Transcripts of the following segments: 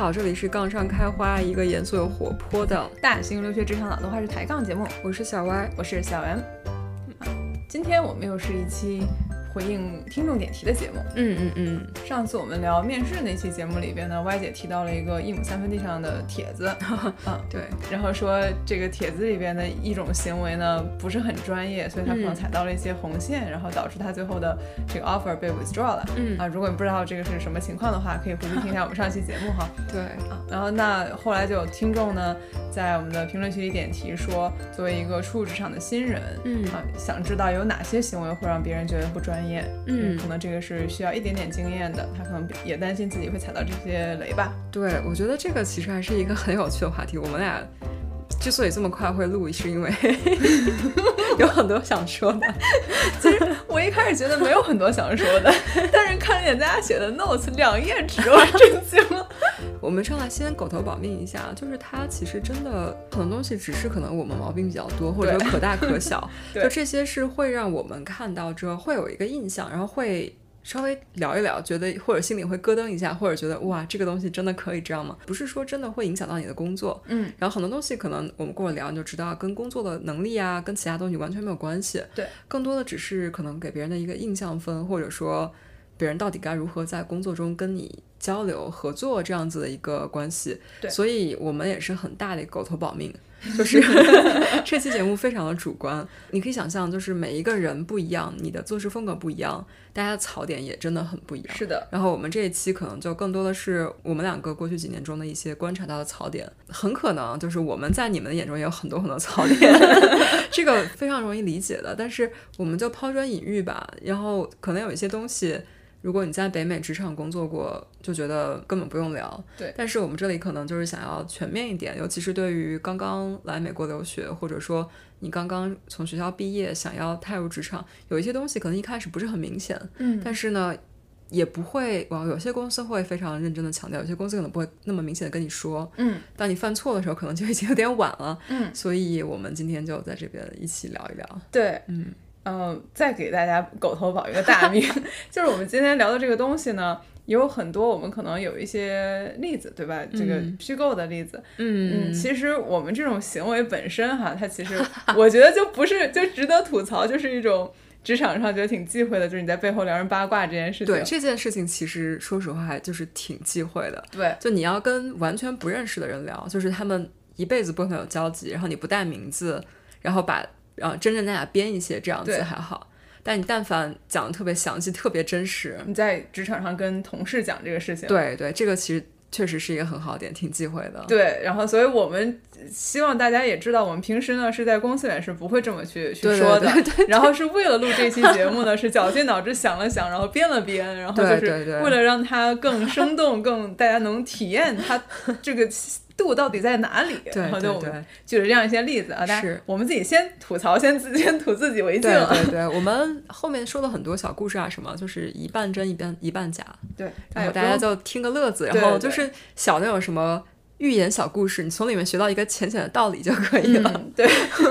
好，这里是杠上开花，一个严肃又活泼的大型留学职场朗读话式抬杠节目。 我是小 Y， 我是小 M。今天我们又是一期回应听众点题的节目。上次我们聊面试那期节目里边呢，Y 姐提到了一个一亩三分地上的帖子， 对， 然后说这个帖子里边的一种行为呢不是很专业，所以他可能踩到了一些红线，然后导致他最后的这个 offer 被 withdraw 了。如果你不知道这个是什么情况的话，可以回去听一下我们上期节目哈。 对， 然后那后来就有听众呢在我们的评论区里点题说，作为一个初入职场的新人，想知道有哪些行为会让别人觉得不专业，可能这个是需要一点点经验的，他可能也担心自己会踩到这些雷吧。 对，我觉得这个其实还是一个很有趣的话题。我们俩之所以这么快会录，是因为有很多想说的。 其实我一开始觉得没有很多想说的，但是看了一眼大家写的 notes 2页纸，我震惊了。 我们上来先狗头保命一下，就是它其实真的很多东西只是可能我们毛病比较多，或者说可大可小就这些是会让我们看到之后会有一个印象，然后会稍微聊一聊，觉得或者心里会咯噔一下，或者觉得哇这个东西真的可以这样吗？不是说真的会影响到你的工作，然后很多东西可能我们过了聊你就知道跟工作的能力啊跟其他东西完全没有关系， 对， 更多的只是可能给别人的一个印象分，或者说别人到底该如何在工作中跟你交流合作这样子的一个关系。 对， 所以我们也是很大的一个狗头保命，就是这期节目非常的主观，你可以想象就是每一个人不一样，你的做事风格不一样，大家的槽点也真的很不一样。 是的， 然后我们这一期可能就更多的是我们两个过去几年中的一些观察到的槽点，很可能就是我们在你们的眼中也有很多很多槽点这个非常容易理解的，但是我们就抛砖引玉吧。然后可能有一些东西如果你在北美职场工作过就觉得根本不用聊， 对， 但是我们这里可能就是想要全面一点，尤其是对于刚刚来美国留学，或者说你刚刚从学校毕业想要踏入职场，有一些东西可能一开始不是很明显，但是呢也不会，有些公司会非常认真的强调，有些公司可能不会那么明显的跟你说，当你犯错的时候可能就已经有点晚了，所以我们今天就在这边一起聊一聊。 对，再给大家狗头保一个大命就是我们今天聊的这个东西呢有很多我们可能有一些例子，对吧？这个虚构的例子，其实我们这种行为本身哈，它其实我觉得就不是就值得吐槽，就是一种职场上觉得挺忌讳的，就是你在背后聊人八卦这件事情。 对，这件事情其实说实话还就是挺忌讳的。 对， 就你要跟完全不认识的人聊，就是他们一辈子不会有交集，然后你不带名字，然后把真正在哪编一些这样子还好，但你但凡讲的特别详细特别真实， 你在职场上跟同事讲这个事情， 对对，这个其实确实是一个很好的点，挺忌讳的。 对，然后所以我们希望大家也知道，我们平时呢是在公司里是不会这么去说的， 对， 然后是为了录这期节目呢是绞尽脑汁想了想，然后编了编，然后就是为了让它更生动更大家能体验它这个度到底在哪里，然后就我们举了这样一些例子啊，但是我们自己先吐槽，先吐自己为敬。 对，我们后面说了很多小故事啊什么，就是一半真一半假， 对， 然后大家就听个乐子，然后就是小那种什么寓言小故事，你从里面学到一个浅浅的道理就可以了。 对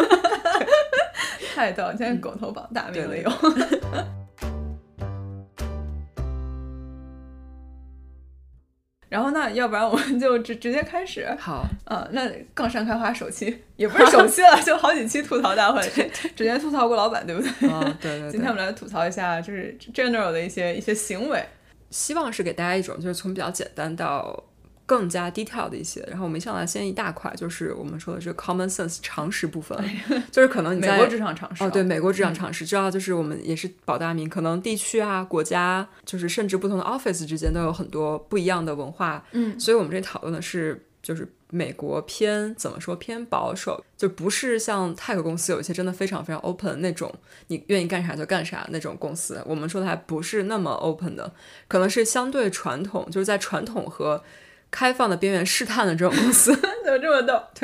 太逗，现在狗头保大命了有然后那要不然我们就直接开始。 好， 那杠上开花首期也不是首期了就好几期吐槽大会之前吐槽过老板对不对？ 对。 今天我们来吐槽一下就是 general 的一些行为， 希望是给大家一种就是从比较简单到更加 detail 的一些，然后我们上来先一大块就是我们说的是 common sense 常识部分就是可能你在美国职场常识对，美国职场常识知道就是我们也是保大名，可能地区啊国家就是甚至不同的 office 之间都有很多不一样的文化，所以我们这讨论的是就是美国怎么说偏保守，就不是像泰国公司有一些真的非常非常 open 那种你愿意干啥就干啥那种公司，我们说的还不是那么 open 的，可能是相对传统，就是在传统和开放的边缘试探的这种公司怎么这么逗？ 对，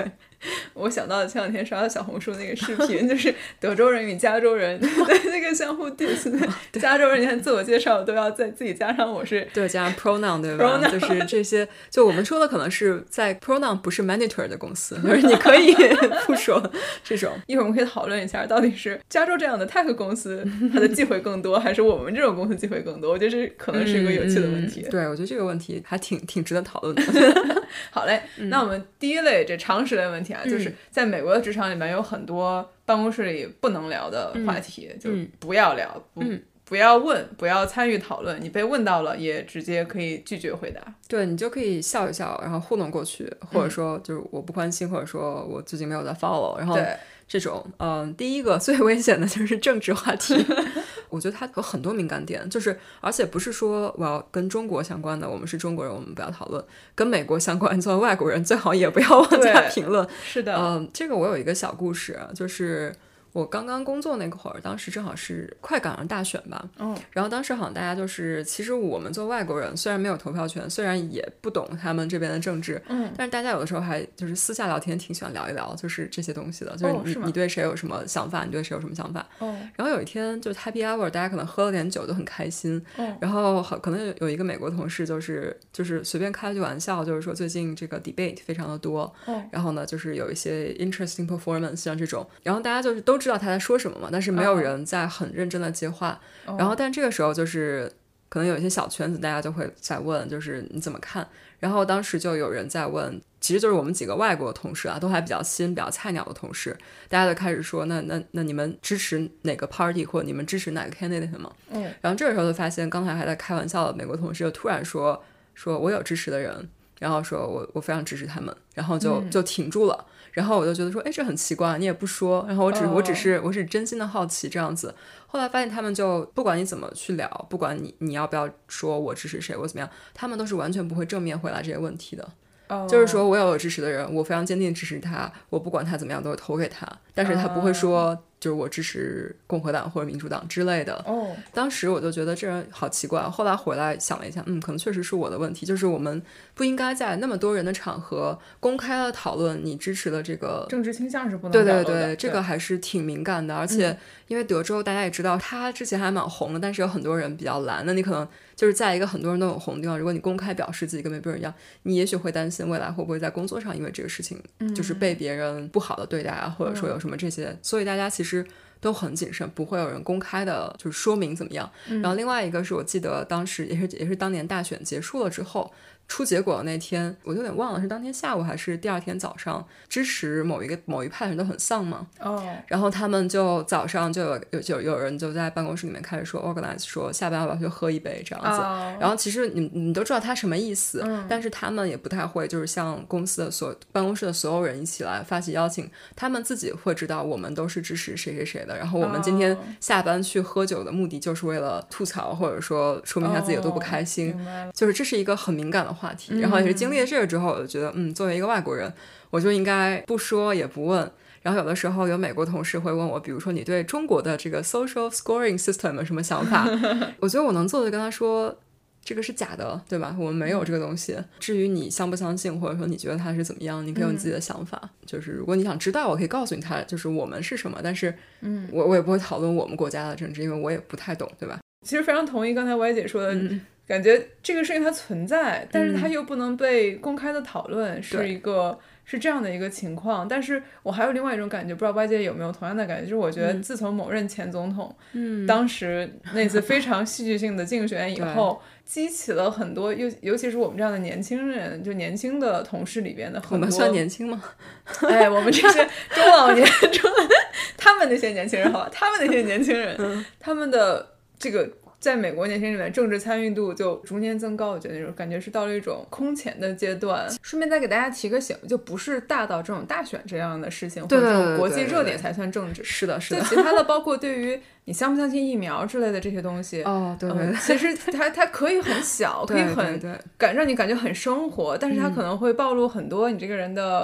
我想到前两天刷到小红书那个视频，就是德州人与加州人那个相互 diss，加州人连自我介绍都要在自己加上我是， 对，加上 pronoun 对吧？就是这些，就我们说的可能是在 pronoun 不是 mandatory 的公司，就是你可以不说这种。 一会儿我们可以讨论一下，到底是加州这样的 tech 公司它的机会更多，还是我们这种公司机会更多？我觉得这可能是一个有趣的问题。 对，我觉得这个问题还挺值得讨论的。 好嘞，那我们第一类这常识类问题啊，就是在美国的职场里面有很多办公室里不能聊的话题，就不要聊，不要问，不要参与讨论，你被问到了也直接可以拒绝回答。 对，你就可以笑一笑，然后糊弄过去，或者说就是我不关心，或者说我最近没有在 follow， 然后这种第一个最危险的就是政治话题。我觉得它有很多敏感点，就是而且不是说我要跟中国相关的，我们是中国人我们不要讨论，跟美国相关作为外国人最好也不要往下评论。 是的， 这个我有一个小故事，就是我刚刚工作那会儿，当时正好是快赶上大选吧，然后当时好像大家就是其实我们做外国人虽然没有投票权，虽然也不懂他们这边的政治，但是大家有的时候还就是私下聊天挺喜欢聊一聊就是这些东西的，就是你对谁有什么想法，你对谁有什么想法。然后有一天就是 happy hour， 大家可能喝了点酒都很开心，然后可能有一个美国同事就是随便开了句玩笑，就是说最近这个 debate 非常的多，然后呢就是有一些 interesting performance 像这种，然后大家就是都知道他在说什么嘛，但是没有人在很认真的接话，然后但这个时候就是可能有一些小圈子大家就会在问就是你怎么看，然后当时就有人在问，其实就是我们几个外国的同事啊，都还比较新比较菜鸟的同事，大家就开始说那你们支持哪个 party 或者你们支持哪个 candidate 吗？然后这个时候就发现刚才还在开玩笑的美国同事就突然说我有支持的人，然后说我非常支持他们，然后就停住了，然后我就觉得说这很奇怪，你也不说，然后我只是真心的好奇这样子。后来发现他们就不管你怎么去聊，不管你要不要说我支持谁我怎么样，他们都是完全不会正面回答这些问题的。就是说我有支持的人，我非常坚定支持他，我不管他怎么样都会投给他，但是他不会说就是我支持共和党或者民主党之类的。当时我就觉得这人好奇怪，后来回来想了一下，可能确实是我的问题，就是我们不应该在那么多人的场合公开的讨论你支持的这个政治倾向是不能表露的。 对，这个还是挺敏感的，而且因为德州大家也知道他之前还蛮红的，但是有很多人比较蓝，那你可能就是在一个很多人都很红的地方，如果你公开表示自己跟没别人一样，你也许会担心未来会不会在工作上因为这个事情就是被别人不好的对待啊，或者说有什么这些，所以大家其实都很谨慎，不会有人公开的就是说明怎么样。然后另外一个是我记得当时也是当年大选结束了之后出结果的那天，我有点忘了是当天下午还是第二天早上，支持某一派的人都很丧嘛。然后他们就早上就有人就在办公室里面开始说 organize 说下班要不要去喝一杯这样子。然后其实你都知道他什么意思，但是他们也不太会就是像公司的办公室的所有人一起来发起邀请，他们自己会知道我们都是支持谁谁谁的，然后我们今天下班去喝酒的目的就是为了吐槽或者说说明一下自己有多不开心，就是这是一个很敏感的话题。然后也是经历了这个之后，我就觉得作为一个外国人我就应该不说也不问。然后有的时候有美国同事会问我，比如说你对中国的这个 social scoring system 有什么想法我觉得我能做的就跟他说这个是假的，对吧？我们没有这个东西。至于你相不相信或者说你觉得它是怎么样，你可以有你自己的想法。就是如果你想知道我可以告诉你它就是我们是什么，但是我也不会讨论我们国家的政治，因为我也不太懂，对吧？ 其实非常同意刚才歪姐说的感觉这个事情它存在，但是它又不能被公开的讨论，是这样的一个情况。但是我还有另外一种感觉，不知道歪姐有没有同样的感觉，就是我觉得自从某任前总统当时那次非常戏剧性的竞选以后激起了很多尤其是我们这样的年轻人，就年轻的同事里边的很多， 我们算年轻吗？ 我们这些中老年他们那些年轻人好吧，他们那些年轻人他们的这个在美国年轻人里面政治参与度就逐年增高，我觉得那种感觉是到了一种空前的阶段。顺便再给大家提个醒，就不是大到这种大选这样的事情或者这种国际热点才算政治。 是的对其他的包括对于你相不相信疫苗之类的这些东西对其实它可以很小可以很让你感觉很生活，但是它可能会暴露很多你这个人的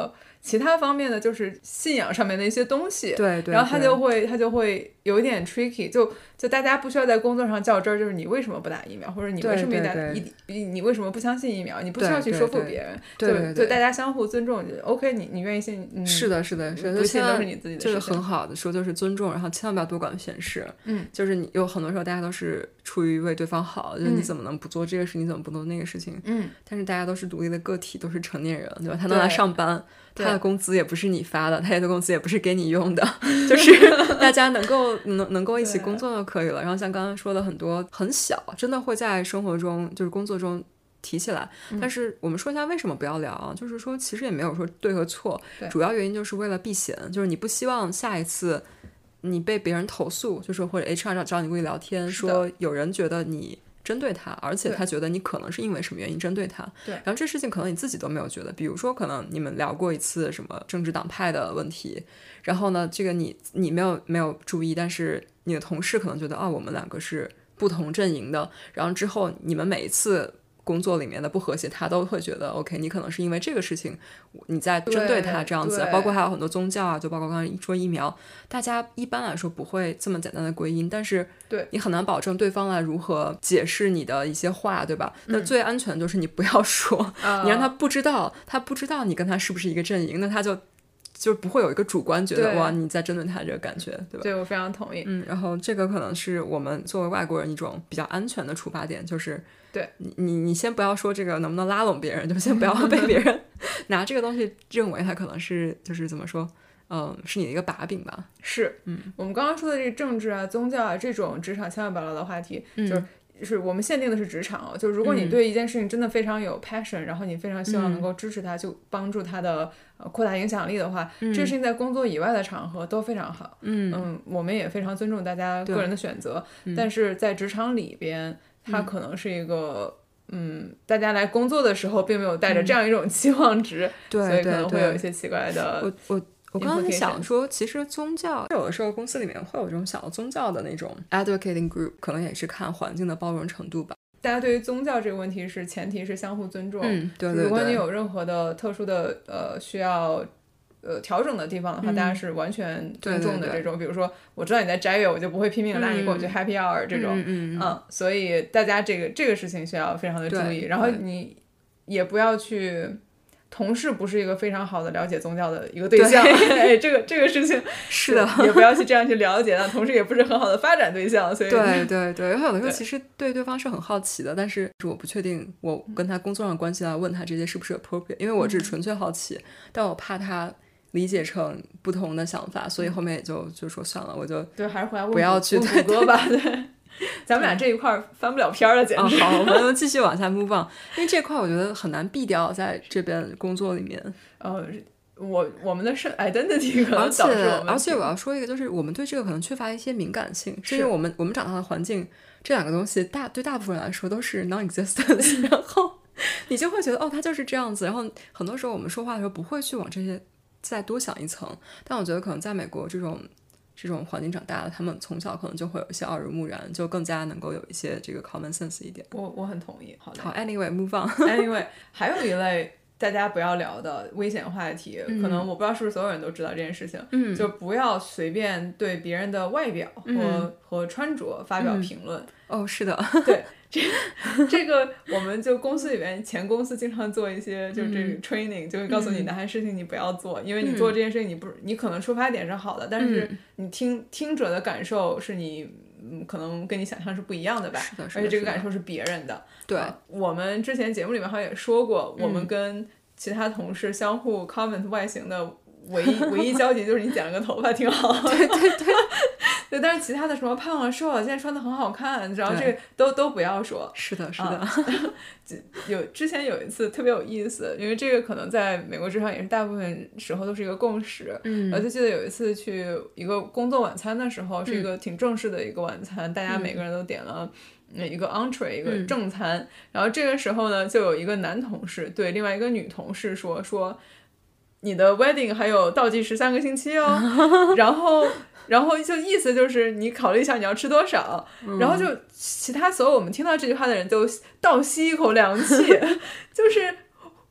其他方面的就是信仰上面的一些东西， 对， 然后他就会有一点 tricky， 就大家不需要在工作上较真儿，就是你为什么不打疫苗，或者你为什么没打，你为什么不相信疫苗，你不需要去说服别人，就大家相互尊重，OK， 你愿意信， 是的， 不信都是你自己的事情， 就是很好的说，就是尊重，然后千万不要多管闲事，就是你有很多时候大家都是出于为对方好，就是你怎么能不做这个事，你怎么不做那个事情，但是大家都是独立的个体，都是成年人，对吧？他能来上班，他的工资也不是你发的，他的工资也不是给你用的，就是大家能够一起工作就可以了。然后像刚刚说的很多很小，真的会在生活中就是工作中提起来，但是我们说一下为什么不要聊啊，就是说其实也没有说对和错，主要原因就是为了避嫌，就是你不希望下一次你被别人投诉，就是或者 HR 找你过去聊天，说有人觉得你针对他，而且他觉得你可能是因为什么原因针对他， 对， 然后这事情可能你自己都没有觉得，比如说可能你们聊过一次什么政治党派的问题，然后呢这个你没有注意，但是你的同事可能觉得我们两个是不同阵营的，然后之后你们每一次工作里面的不和谐，他都会觉得 OK， 你可能是因为这个事情你在针对他这样子，包括还有很多宗教啊，就包括刚才说疫苗，大家一般来说不会这么简单的归因，但是你很难保证对方来如何解释你的一些话，对吧？那最安全就是你不要说，你让他不知道你跟他是不是一个阵营，那他就不会有一个主观觉得哇你在针对他这个感觉，对吧？ 对，我非常同意。 然后这个可能是我们作为外国人一种比较安全的出发点，就是对你先不要说这个能不能拉拢别人，就先不要被别人拿这个东西认为他可能是就是怎么说是你的一个把柄吧。 是我们刚刚说的这个政治啊宗教啊这种职场千万不要聊的话题，就是我们限定的是职场就是如果你对一件事情真的非常有 passion，然后你非常希望能够支持他，就帮助他的扩大影响力的话，这事情在工作以外的场合都非常好。我们也非常尊重大家个人的选择，但是在职场里边它可能是一个大家来工作的时候并没有带着这样一种期望值，所以可能会有一些奇怪的我刚刚想说其实宗教有的时候公司里面会有这种小宗教的那种 advocating group， 可能也是看环境的包容程度吧。 大家对于宗教这个问题是前提是相互尊重， 对， 如果你有任何的特殊的需要调整的地方的话，大家是完全尊重的这种，比如说我知道你在斋月，我就不会拼命拉你跟我去 happy hour 这种，所以大家这个事情需要非常的注意，然后你也不要去。同事不是一个非常好的了解宗教的一个对象，这个事情是的， 也不要去这样去了解，那同时也不是很好的发展对象，所以对，然后有的时候其实对方是很好奇的，但是我不确定我跟他工作上的关系来问他这些是不是 appropriate， 因为我只纯粹好奇，但我怕他理解成不同的想法，所以后面也就说算了，我就对还是回来不要去问谷歌吧，对。咱们俩这一块翻不了篇了，简直。 好，我们继续往下 move on， 因为这块我觉得很难避掉，在这边工作里面。 我们的identity 可能导致我们， 而且我要说一个，就是我们对这个可能缺乏一些敏感性，是因为我们长大的环境，这两个东西对大部分人来说都是 non-existent， 然后你就会觉得它就是这样子，然后很多时候我们说话的时候不会去往这些再多想一层，但我觉得可能在美国这种环境长大的，他们从小可能就会有一些耳濡目染，就更加能够有一些这个 common sense 一点。 我很同意。好 anyway move on anyway 还有一类大家不要聊的危险话题，可能我不知道是不是所有人都知道这件事情，就不要随便对别人的外表和穿着发表评论。 是的， 对。这个我们就公司里面前公司经常做一些就是这个 training， 就会告诉你哪些事情你不要做，因为你做这件事情你可能出发点是好的，但是你听者的感受是你可能跟你想象是不一样的吧， 是的， 而且这个感受是别人的。 对， 我们之前节目里面好像也说过，我们跟其他同事相互 comment 外形的唯一交集就是你剪了个头发挺好。对，但是其他的什么胖了瘦了现在穿的很好看，然后这个都不要说。 是的之前有一次特别有意思，因为这个可能在美国职场也是大部分时候都是一个共识，我就记得有一次去一个工作晚餐的时候，是一个挺正式的一个晚餐，大家每个人都点了一个 entree 一个正餐，然后这个时候呢就有一个男同事对另外一个女同事说你的 wedding 还有倒计时3个星期哦，然后就意思就是你考虑一下你要吃多少，然后就其他所有我们听到这句话的人都倒吸一口凉气，就是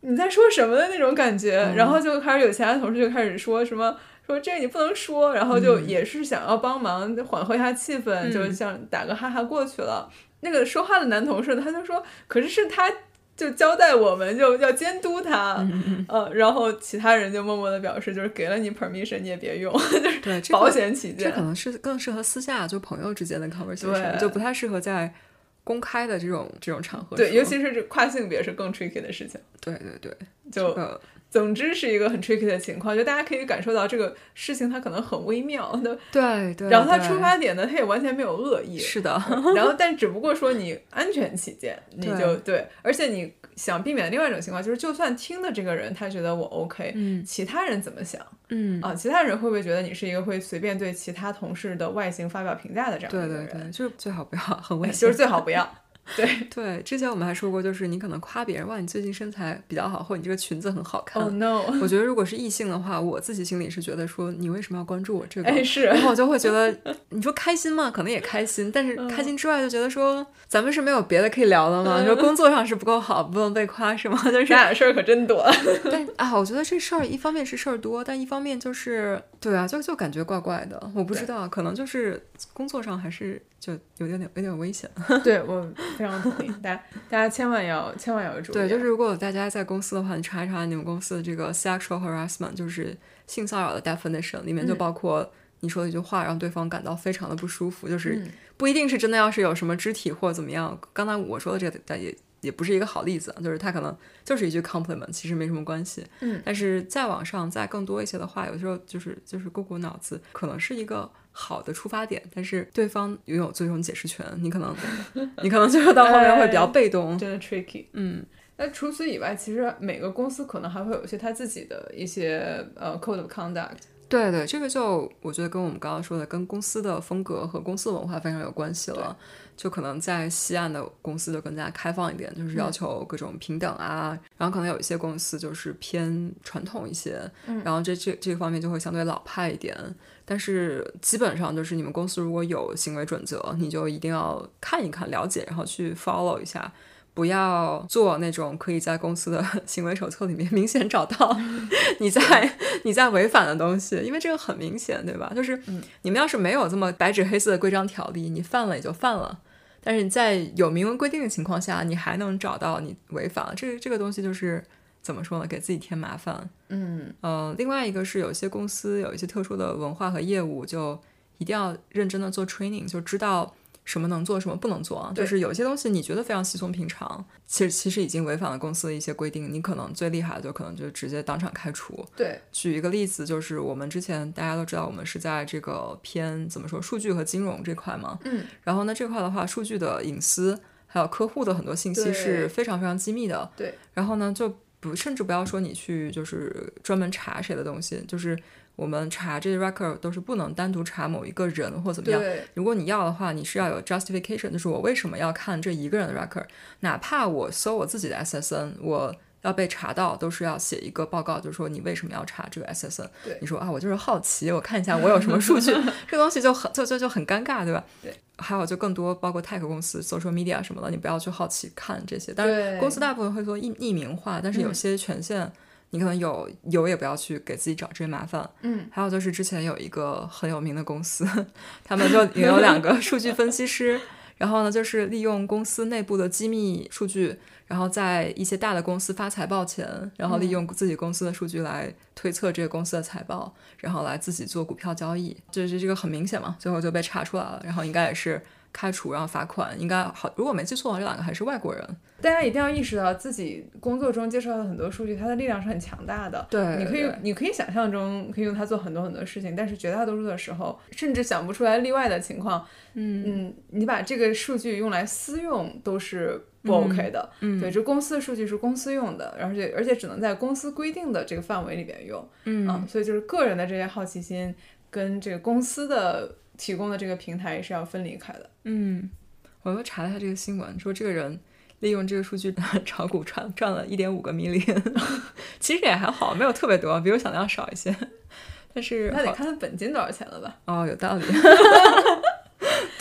你在说什么的那种感觉，然后就开始有其他同事就开始说什么说这你不能说，然后就也是想要帮忙缓和一下气氛，就像打个哈哈过去了。那个说话的男同事他就说可是他就交代我们就要监督他，然后其他人就默默的表示就是给了你 permission 你也别用，就是保险起见。 这可能是更适合私下就朋友之间的 conversation， 就不太适合在公开的这种场合。 对，尤其是跨性别是更 tricky 的事情。 对对对， 就总之是一个很 tricky 的情况，就大家可以感受到这个事情它可能很微妙的。 对对， 然后它出发点呢它也完全没有恶意。 是的。 然后但只不过说你安全起见你就对，而且你想避免另外一种情况就是就算听的这个人他觉得我 OK，其他人怎么想？其他人会不会觉得你是一个会随便对其他同事的外形发表评价的这样的一个人？对对对， 就是最好不要，很危险。 就是最好不要。对对，之前我们还说过，就是你可能夸别人，哇，你最近身材比较好，或者你这个裙子很好看。 Oh no！ 我觉得如果是异性的话，我自己心里是觉得说，你为什么要关注我这个？ 是。 然后我就会觉得，你说开心吗？可能也开心，但是开心之外就觉得说，咱们是没有别的可以聊的吗？你说工作上是不够好，不能被夸是吗？就是咱俩事儿可真多。 但我觉得这事儿一方面是事儿多，但一方面就是对啊，就感觉怪怪的。我不知道，可能就是工作上还是就有点危险。 对，我非常同意。大家千万要注意。 对，就是如果大家在公司的话，你查一查你们公司的这个 sexual harassment， 就是性骚扰的 definition 里面就包括你说的一句话让对方感到非常的不舒服，就是不一定是真的要是有什么肢体或怎么样。刚才我说的这个也不是一个好例子，就是他可能就是一句 compliment， 其实没什么关系。但是再往上再更多一些的话，有时候就是过过脑子，可能是一个好的出发点，但是对方拥有最终解释权，你可能就是到后面会比较被动， 真的 tricky。那除此以外，其实每个公司可能还会有一些他自己的一些code of conduct。 对对，这个就我觉得跟我们刚刚说的跟公司的风格和公司文化非常有关系了。就可能在西岸的公司就更加开放一点，就是要求各种平等啊，然后可能有一些公司就是偏传统一些，然后这个方面就会相对老派一点。但是基本上就是你们公司如果有行为准则，你就一定要看一看了解，然后去 follow 一下，不要做那种可以在公司的行为手册里面明显找到你在违反的东西，因为这个很明显，对吧？就是你们要是没有这么白纸黑字的规章条例，你犯了也就犯了，但是你在有明文规定的情况下，你还能找到你违反了，这个东西就是怎么说呢，给自己添麻烦。另外一个是有些公司有一些特殊的文化和业务，就一定要认真的做 training， 就知道什么能做什么不能做啊。就是有些东西你觉得非常稀松平常，其实已经违反了公司的一些规定，你可能最厉害的就可能就直接当场开除。 对， 举一个例子，就是我们之前大家都知道我们是在这个偏怎么说数据和金融这块嘛，然后呢这块的话数据的隐私还有客户的很多信息是非常非常机密的。 对， 然后呢就甚至不要说你去就是专门查谁的东西，就是我们查这些 record 都是不能单独查某一个人或怎么样。如果你要的话，你是要有 justification， 就是我为什么要看这一个人的 record， 哪怕我搜我自己的 SSN， 我要被查到都是要写一个报告，就是说你为什么要查这个 SSN。 你说我就是好奇，我看一下我有什么数据这个东西就很尴尬，对吧？对。还有就更多包括 tech 公司 social media 什么的，你不要去好奇看这些，但是公司大部分会做匿名化，但是有些权限你可能有也不要去给自己找这些麻烦。还有就是之前有一个很有名的公司他们就也有2个数据分析师然后呢就是利用公司内部的机密数据，然后在一些大的公司发财报前，然后利用自己公司的数据来推测这个公司的财报，然后来自己做股票交易，就是这个很明显嘛，最后就被查出来了，然后应该也是开除然后罚款，应该好，如果没记错这2个还是外国人。 大家一定要意识到自己工作中接触到的很多数据它的力量是很强大的。 对， 你可以想象中可以用它做很多很多事情，但是绝大多数的时候甚至想不出来例外的情况，你把这个数据用来私用都是不 OK 的。对，这公司的数据是公司用的，而且只能在公司规定的这个范围里边用。所以就是个人的这些好奇心跟这个公司的提供的这个平台是要分离开的。 我又查了一下这个新闻，说这个人利用这个数据炒股赚了1.5个 million 其实也还好，没有特别多，比我想的要少一些，但是那得看他本金多少钱了吧。 有道理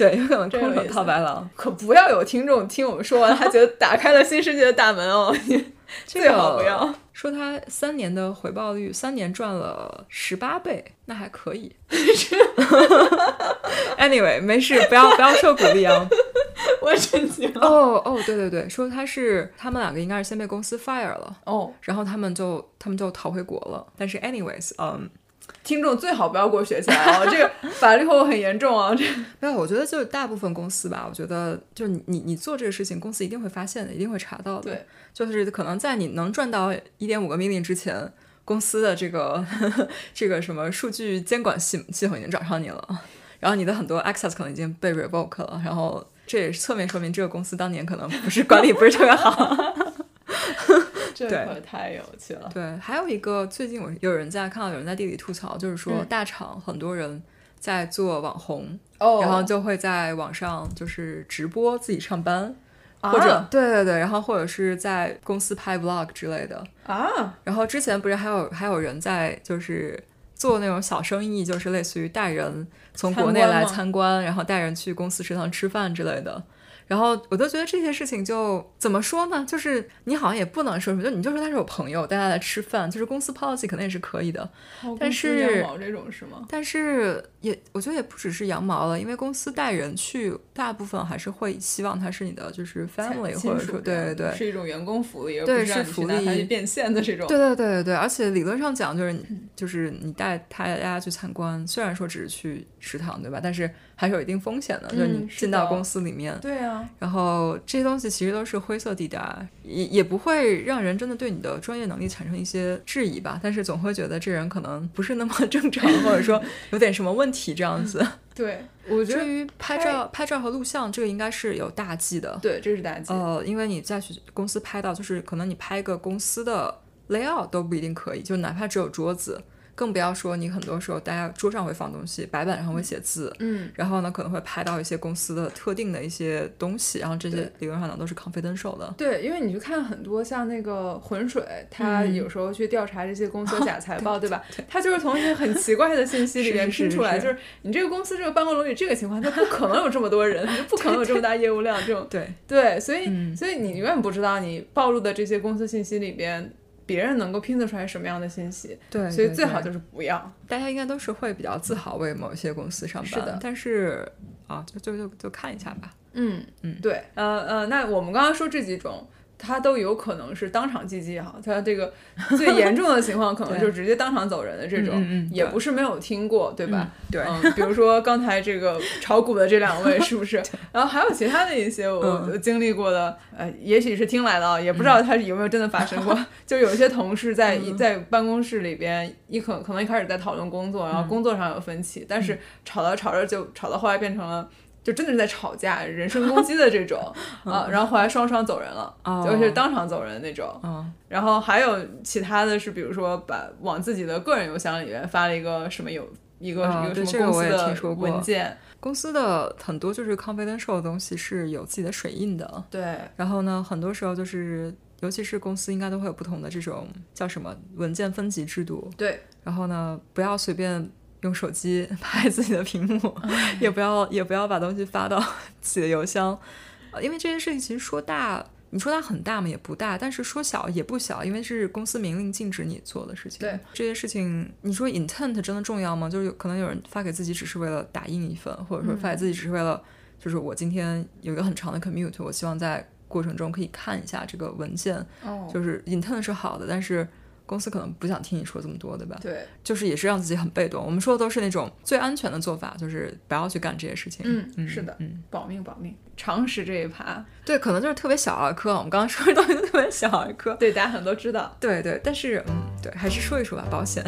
对，有可能空手套白狼。 可不要有听众听我们说完他觉得打开了新世界的大门哦，最好不要。 说他3年的回报率，3年赚了18倍，那还可以。Anyway， 没事，不要受鼓励啊。 我震惊了。 哦，对，说他们2个应该是先被公司 fire 了，然后他们就逃回国了。但是 anyways， 听众最好不要给我学起来哦，这个法律后果很严重啊。 没有，我觉得就是大部分公司吧，我觉得就是你做这个事情，公司一定会发现的，一定会查到的。 对， 就是可能在你能赚到1.5个million之前，公司的这个什么数据监管系统已经找上你了，然后你的很多 access 可能已经被 revoke 了，然后这也是侧面说明这个公司当年可能管理不是特别好。 这可太有趣了。 对，还有一个最近我看到有人在地里吐槽，就是说大厂很多人在做网红，然后就会在网上就是直播自己上班，或者对，然后或者是在公司拍 vlog 之类的啊。 然后之前不是还有人在就是做那种小生意，就是类似于带人从国内来参观，然后带人去公司食堂吃饭之类的。然后我都觉得这些事情就怎么说呢，就是你好像也不能说什么，就你就说他是有朋友带他来吃饭，就是公司 policy 可能也是可以的，但是羊毛这种是吗？ 但是我觉得也不只是羊毛了，因为公司带人去大部分还是会希望他是你的就是 family， 或者说对， 是一种员工福利， 对， 而不是让你去拿它去变现的这种。 对，而且理论上讲就是你带大家去参观，虽然说只是去食堂对吧，但是还是有一定风险的，就是你进到公司里面， 对啊， 然后这些东西其实都是灰色地带，也不会让人真的对你的专业能力产生一些质疑吧，但是总会觉得这人可能不是那么正常，或者说有点什么问题这样子。 对，我觉得至于拍照和录像，这个应该是有大忌的。 对，这是大忌。 因为你再去公司拍到，就是可能你拍一个公司的 layout 都不一定可以，就哪怕只有桌子，更不要说你很多时候大家桌上会放东西，白板上会写字，然后呢可能会拍到一些公司的特定的一些东西，然后这些理论上讲都是 confidential 的。 对，因为你去看很多像那个浑水，他有时候去调查这些公司的假财报，对吧？他就是从一些很奇怪的信息里面拼出来，就是你这个公司这个办公楼里这个情况，他不可能有这么多人，就不可能有这么大业务量，这种对，所以你永远不知道你暴露的这些公司信息里边别人能够拼得出来什么样的信息， 对， 所以最好就是不要。 大家应该都是会比较自豪为某一些公司上班， 是的， 但是就看一下吧。 对，那我们刚刚说这几种，它都有可能是当场击击哈，它这个最严重的情况可能就直接当场走人的这种，也不是没有听过，对吧？ 对， 比如说刚才这个炒股的这2位是不是？然后还有其他的一些我经历过的，也许是听来的，也不知道它有没有真的发生过。就有一些同事在办公室里边，可能一开始在讨论工作，然后工作上有分歧，但是吵着就吵到后来变成了。就真的是在吵架，人身攻击的这种然后后来双走人了，就是当场走人的那种。然后还有其他的是，比如说往自己的个人邮箱里面发了一个什么一个什么公司的文件， 公司的很多就是 confidential 的东西是有自己的水印的。 对， 然后呢，很多时候就是尤其是公司应该都会有不同的这种叫什么文件分级制度。 对，然后呢，不要随便用手机拍自己的屏幕，也不要把东西发到自己的邮箱，因为这件事情其实说大，你说它很大嘛也不大，但是说小也不小，因为是公司明令禁止你做的事情。 对， 这些事情你说 intent 真的重要吗？就是可能有人发给自己只是为了打印一份，或者说发给自己只是为了就是我今天有一个很长的 commute， 我希望在过程中可以看一下这个文件，就是 intent 是好的，但是公司可能不想听你说这么多，对吧？ 对， 就是也是让自己很被动。我们说的都是那种最安全的做法，就是不要去干这些事情。 是的，保命，常识这一趴。 对，可能就是特别小儿科。我们刚刚说的东西都特别小儿科， 对，大家很多知道。 对，但是对，还是说一说吧，保险。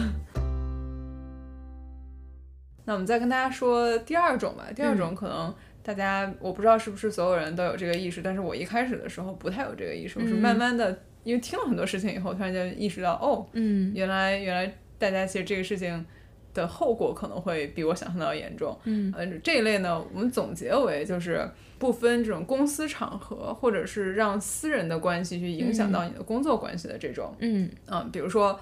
那我们再跟大家说第2种吧。第2种可能大家我不知道是不是所有人都有这个意识，但是我一开始的时候不太有这个意识，我是慢慢的。因为听了很多事情以后，突然间意识到，原来大家其实这个事情的后果可能会比我想象的要严重。这一类呢，我们总结为就是不分这种公司场合，或者是让私人的关系去影响到你的工作关系的这种。比如说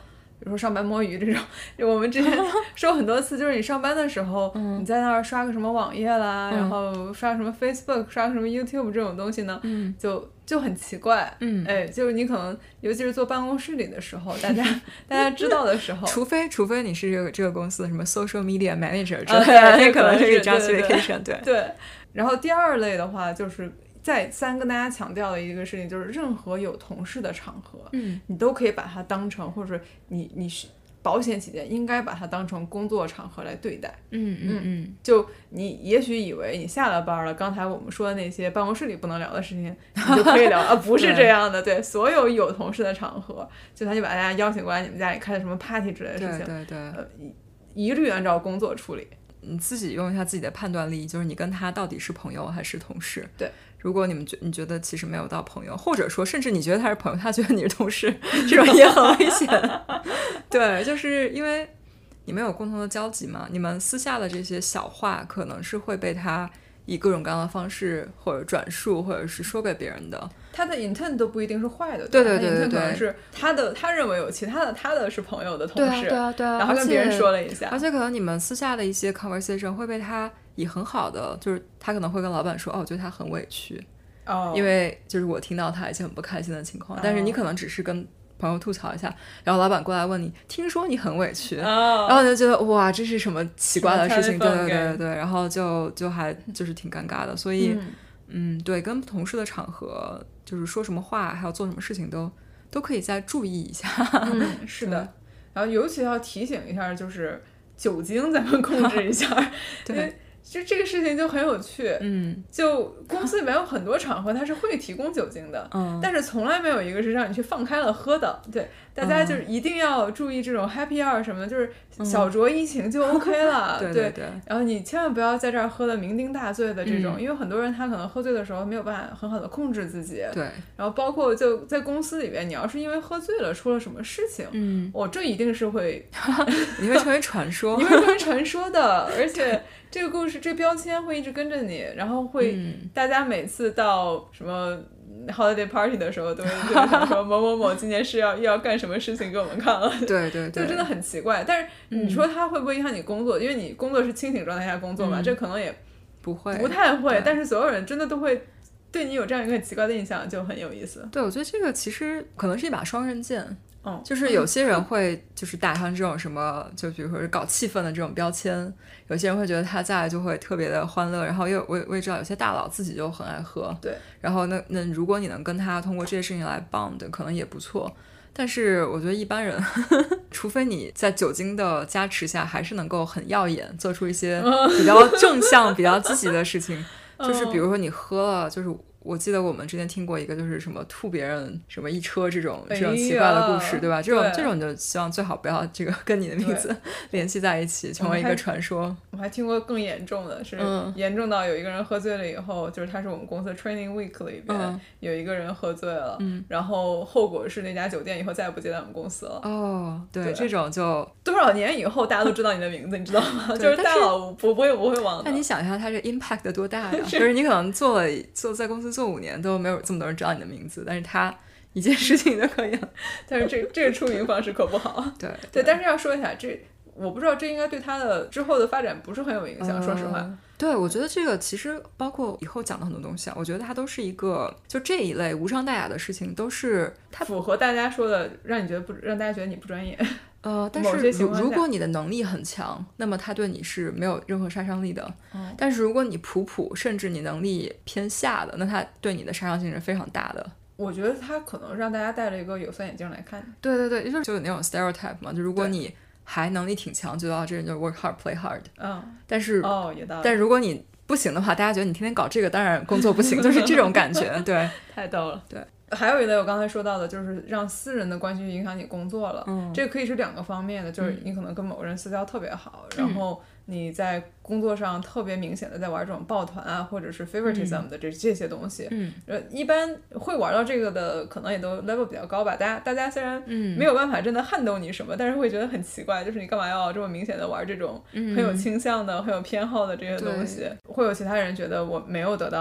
如说上班摸鱼这种，我们之前说很多次，就是你上班的时候，你在那儿刷个什么网页啦，然后刷什么 Facebook， 刷个什么 YouTube 这种东西呢，就很奇怪，就是你可能尤其是坐办公室里的时候，大家知道的时候， 除非你是这个公司的什么 social media manager 之类的，那可能是 justification， 对。 然后第二类的话，就是再三跟大家强调的一个事情，就是任何有同事的场合，你都可以把它当成，或者你保险起见应该把它当成工作场合来对待。就你也许以为你下了班了，刚才我们说的那些办公室里不能聊的事情你就可以聊啊，不是这样的。对，所有同事的场合，就他就把大家邀请过来你们家里开的什么 party 之类的事情， 对， 一律按照工作处理。 你自己用一下自己的判断力，就是你跟他到底是朋友还是同事。 对， 如果你觉得其实没有到朋友，或者说甚至你觉得他是朋友，他觉得你是同事，这种也很危险。对，就是因为你们有共同的交集嘛，你们私下的这些小话可能是会被他以各种各样的方式或者转述或者是说给别人的， 他的 intent 都不一定是坏的。 对， 他 intent 可能是他认为有其他的他的是朋友的同事， 对啊， 然后跟别人说了一下， 而且可能你们私下的一些 conversation 会被他以很好的，就是他可能会跟老板说，我觉得他很委屈，因为就是我听到他一些很不开心的情况，但是你可能只是跟朋友吐槽一下，然后老板过来问你，听说你很委屈，然后你就觉得哇，这是什么奇怪的事情，对，然后就还就是挺尴尬的，所以对，跟同事的场合就是说什么话还有做什么事情都可以再注意一下。 是的，然后尤其要提醒一下，就是酒精咱们控制一下。对，就这个事情就很有趣，就公司里面有很多场合它是会提供酒精的，但是从来没有一个是让你去放开了喝的。对，大家就是一定要注意这种 happy hour 什么的，就是小酌怡情就 OK 了。 对， 然后你千万不要在这儿喝的酩酊大醉的这种，因为很多人他可能喝醉的时候没有办法很好的控制自己。 对， 然后包括就在公司里边，你要是因为喝醉了出了什么事情，这一定是会你会成为传说， 你会成为传说的，而且这个故事这标签会一直跟着你，然后会大家每次到什么 holiday party 的时候都会想说某某某今年是要干什么事情给我们看了。 对， 就真的很奇怪。但是你说它会不会影响你工作，因为你工作是清醒状态下工作嘛，这可能也不太会，但是所有人真的都会对你有这样一个很奇怪的印象，就很有意思。 对，我觉得这个其实可能是一把双刃剑。就是有些人会就是打上这种什么，就比如说是搞气氛的这种标签，有些人会觉得他在就会特别的欢乐，然后我也知道有些大佬自己就很爱喝， 对， 然后那如果你能跟他通过这些事情来 bond 可能也不错，但是我觉得一般人除非你在酒精的加持下还是能够很耀眼做出一些比较正向比较积极的事情，就是比如说你喝了，就是我记得我们之前听过一个就是什么吐别人什么一车这种奇怪的故事，对吧？这种就希望最好不要这个跟你的名字联系在一起，成为一个传说。 我还听过更严重的，是严重到有一个人喝醉了以后，就是他是我们公司 training week 里边有一个人喝醉了，然后后果是那家酒店以后再也不接待我们公司了。 对，这种就多少年以后大家都知道你的名字，你知道吗？就是大佬不会忘的。 那你想一下他这 impact 多大呀？就是你可能做在公司做5年都没有这么多人知道你的名字，但是他一件事情就可以了。 但是这个出名方式可不好。对，但是要说一下，我不知道这应该对他的之后的发展不是很有影响，说实话。 对，我觉得这个其实包括以后讲的很多东西啊，我觉得它都是一个就这一类无伤大雅的事情，都是它符合大家说的，让大家觉得你不专业。 但是如果你的能力很强，那么它对你是没有任何杀伤力的。但是如果你普甚至你能力偏下的，那它对你的杀伤性是非常大的。 我觉得它可能让大家戴了一个有色眼镜来看。 对，就有那种 stereotype 嘛，就如果你还能力挺强，就到这人就 work hard play hard。但是但如果你不行的话，大家觉得你天天搞这个，当然工作不行，就是这种感觉。对， 太逗了。 对。 还有一类我刚才说到的，就是让私人的关系影响你工作了。这个可以是2个方面的，就是你可能跟某个人私交特别好，然后你在工作上特别明显的在玩这种抱团啊，或者是 favoritism 的这些东西。一般会玩到这个的可能也都 level 比较高吧。大家虽然没有办法真的撼动你什么，但是会觉得很奇怪，就是你干嘛要这么明显的玩这种很有倾向的、很有偏好的这些东西。会有其他人觉得我没有得到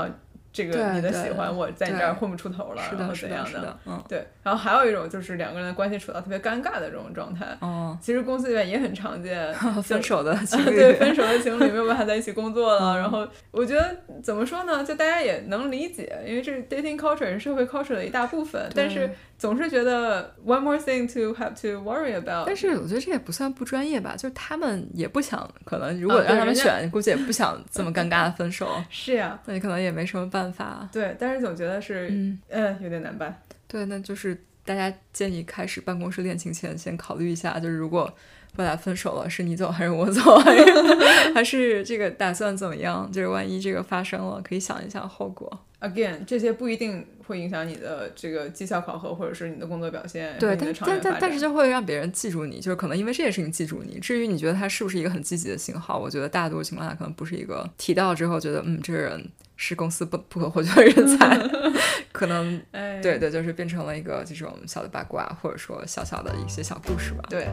这个你的喜欢，我在你这儿混不出头了，然后怎样的， 对。然后还有一种就是两个人的关系处到特别尴尬的这种状态，其实公司里面也很常见， 分手的情侣， 对，分手的情侣没有办法在一起工作了，然后我觉得怎么说呢，就大家也能理解，因为这是 dating culture 是社会 culture 的一大部分，但是总是觉得 one more thing to have to worry about。 但是我觉得这也不算不专业吧，就是他们也不想，可能如果让他们选，估计也不想这么尴尬的分手。 是呀， 那你可能也没什么办法。 对，但是总觉得是有点难办。 对，那就是大家建议开始办公室恋情前先考虑一下，就是如果未来分手了，是你走还是我走，还是这个打算怎么样，就是万一这个发生了，可以想一想后果。 Again， 这些不一定会影响你的这个绩效考核或者是你的工作表现， 对，但是就会让别人记住你，就是可能因为这件事情记住你。至于你觉得他是不是一个很积极的信号，我觉得大多数情况下可能不是一个提到之后觉得这个人是公司不可或缺的人才，可能对，就是变成了一个这种小的八卦，或者说小小的一些小故事吧。 对，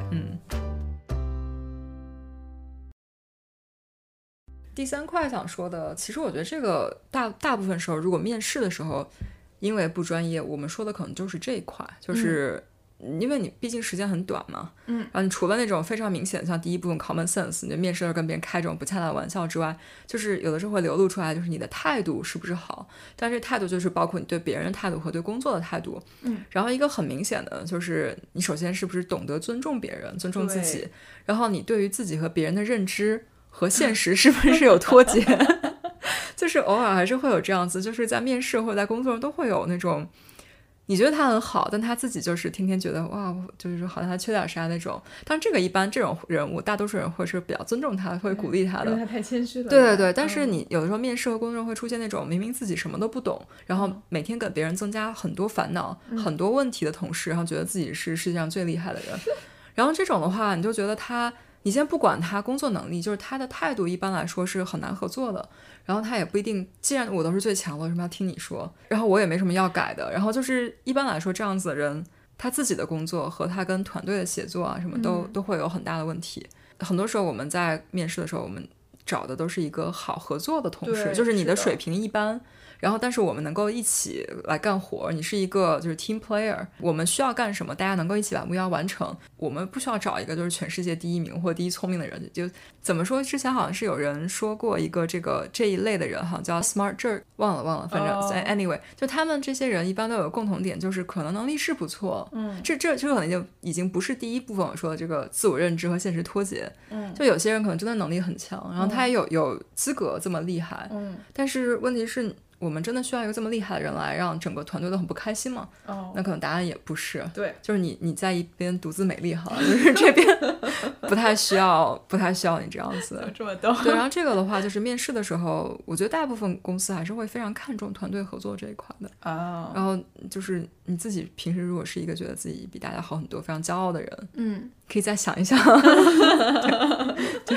第三块想说的，其实我觉得这个大部分时候，如果面试的时候因为不专业，我们说的可能就是这一块，就是因为你毕竟时间很短嘛，然后你除了那种非常明显的像第一部分 common sense， 你面试的时候跟别人开这种不恰当的玩笑之外，就是有的时候会流露出来，就是你的态度是不是好，但是态度就是包括你对别人的态度和对工作的态度，然后一个很明显的就是你首先是不是懂得尊重别人，尊重自己，然后你对于自己和别人的认知和现实是不是有脱节就是偶尔还是会有这样子，就是在面试或者在工作上都会有那种你觉得他很好，但他自己就是天天觉得哇，就是好像他缺点啥那种。但这个一般这种人物大多数人会是比较尊重他，会鼓励他的， 因为他太谦虚了。 对，但是你有的时候面试和工作会出现那种明明自己什么都不懂，然后每天给别人增加很多烦恼、很多问题的同事，然后觉得自己是世界上最厉害的人然后这种的话你就觉得你先不管他工作能力，就是他的态度一般来说是很难合作的，然后他也不一定，既然我都是最强的，为什么要听你说，然后我也没什么要改的，然后就是一般来说这样子的人，他自己的工作和他跟团队的协作啊什么都会有很大的问题。很多时候我们在面试的时候，我们找的都是一个好合作的同事，就是你的水平一般，然后但是我们能够一起来干活，你是一个就是 team player， 我们需要干什么大家能够一起把目标完成，我们不需要找一个就是全世界第一名或者第一聪明的人。就怎么说，之前好像是有人说过一个这一类的人好像叫 smart jerk， 忘了反正anyway， 就他们这些人一般都有共同点，就是可能能力是不错，这可能就已经不是第一部分我说的这个自我认知和现实脱节，就有些人可能真的能力很强，然后他也有资格这么厉害，但是问题是我们真的需要一个这么厉害的人来让整个团队都很不开心吗？那可能答案也不是。 对， 就是你在一边独自美丽好了，就是这边不太需要你这样子。 这么逗。 对，然后这个的话就是面试的时候，我觉得大部分公司还是会非常看重团队合作这一块的。然后就是你自己平时如果是一个觉得自己比大家好很多、非常骄傲的人，可以再想一想。对。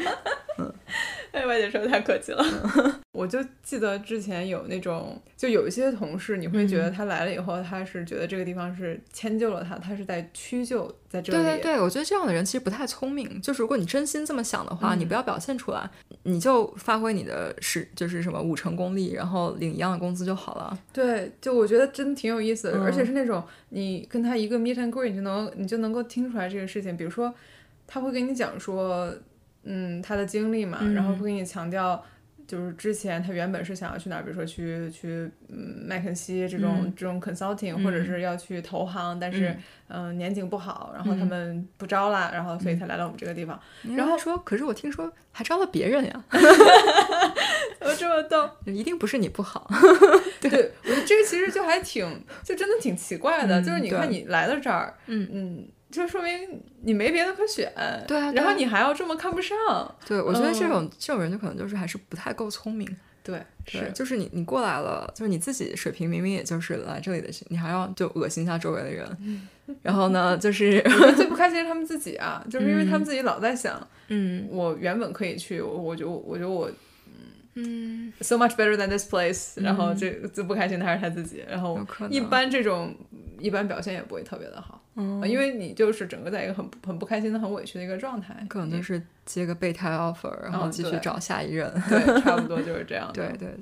外姐说太客气了。我就记得之前有那种，就有一些同事，你会觉得他来了以后，他是觉得这个地方是迁就了他是在屈就在这里。 对，我觉得这样的人其实不太聪明。就是如果你真心这么想的话，你不要表现出来，你就发挥你的就是什么5成功力，然后领一样的工资就好了。 对，就我觉得真的挺有意思的，而且是那种你跟他一个 meet and greet， 你就能够听出来这个事情。比如说他会跟你讲说他的经历嘛，然后会跟你强调就是之前他原本是想要去哪儿，比如说去麦肯锡这种 consulting，或者是要去投行，但是年景不好，然后他们不招了，然后所以才来到我们这个地方。然后说可是我听说还招了别人呀。 我这么逗， 一定不是你不好。 对，我觉得这个其实就还就真的挺奇怪的，就是你看你来了这儿，就说明你没别的可选。 对啊， 然后你还要这么看不上。 对，我觉得这种人就可能就是还是不太够聪明。 对，是就是你过来了，就是你自己水平明明也就是来这里的，你还要就恶心一下周围的人。然后呢，就是我觉得最不开心是他们自己啊，就是因为他们自己老在想，我原本可以去，我觉得我so much better than this place，然后这最不开心的还是他自己，然后一般表现也不会特别的好，因为你就是整个在一个很不开心的、很委屈的一个状态， 可能就是接个备胎 offer，然后继续找下一任。 对，差不多就是这样的。 对，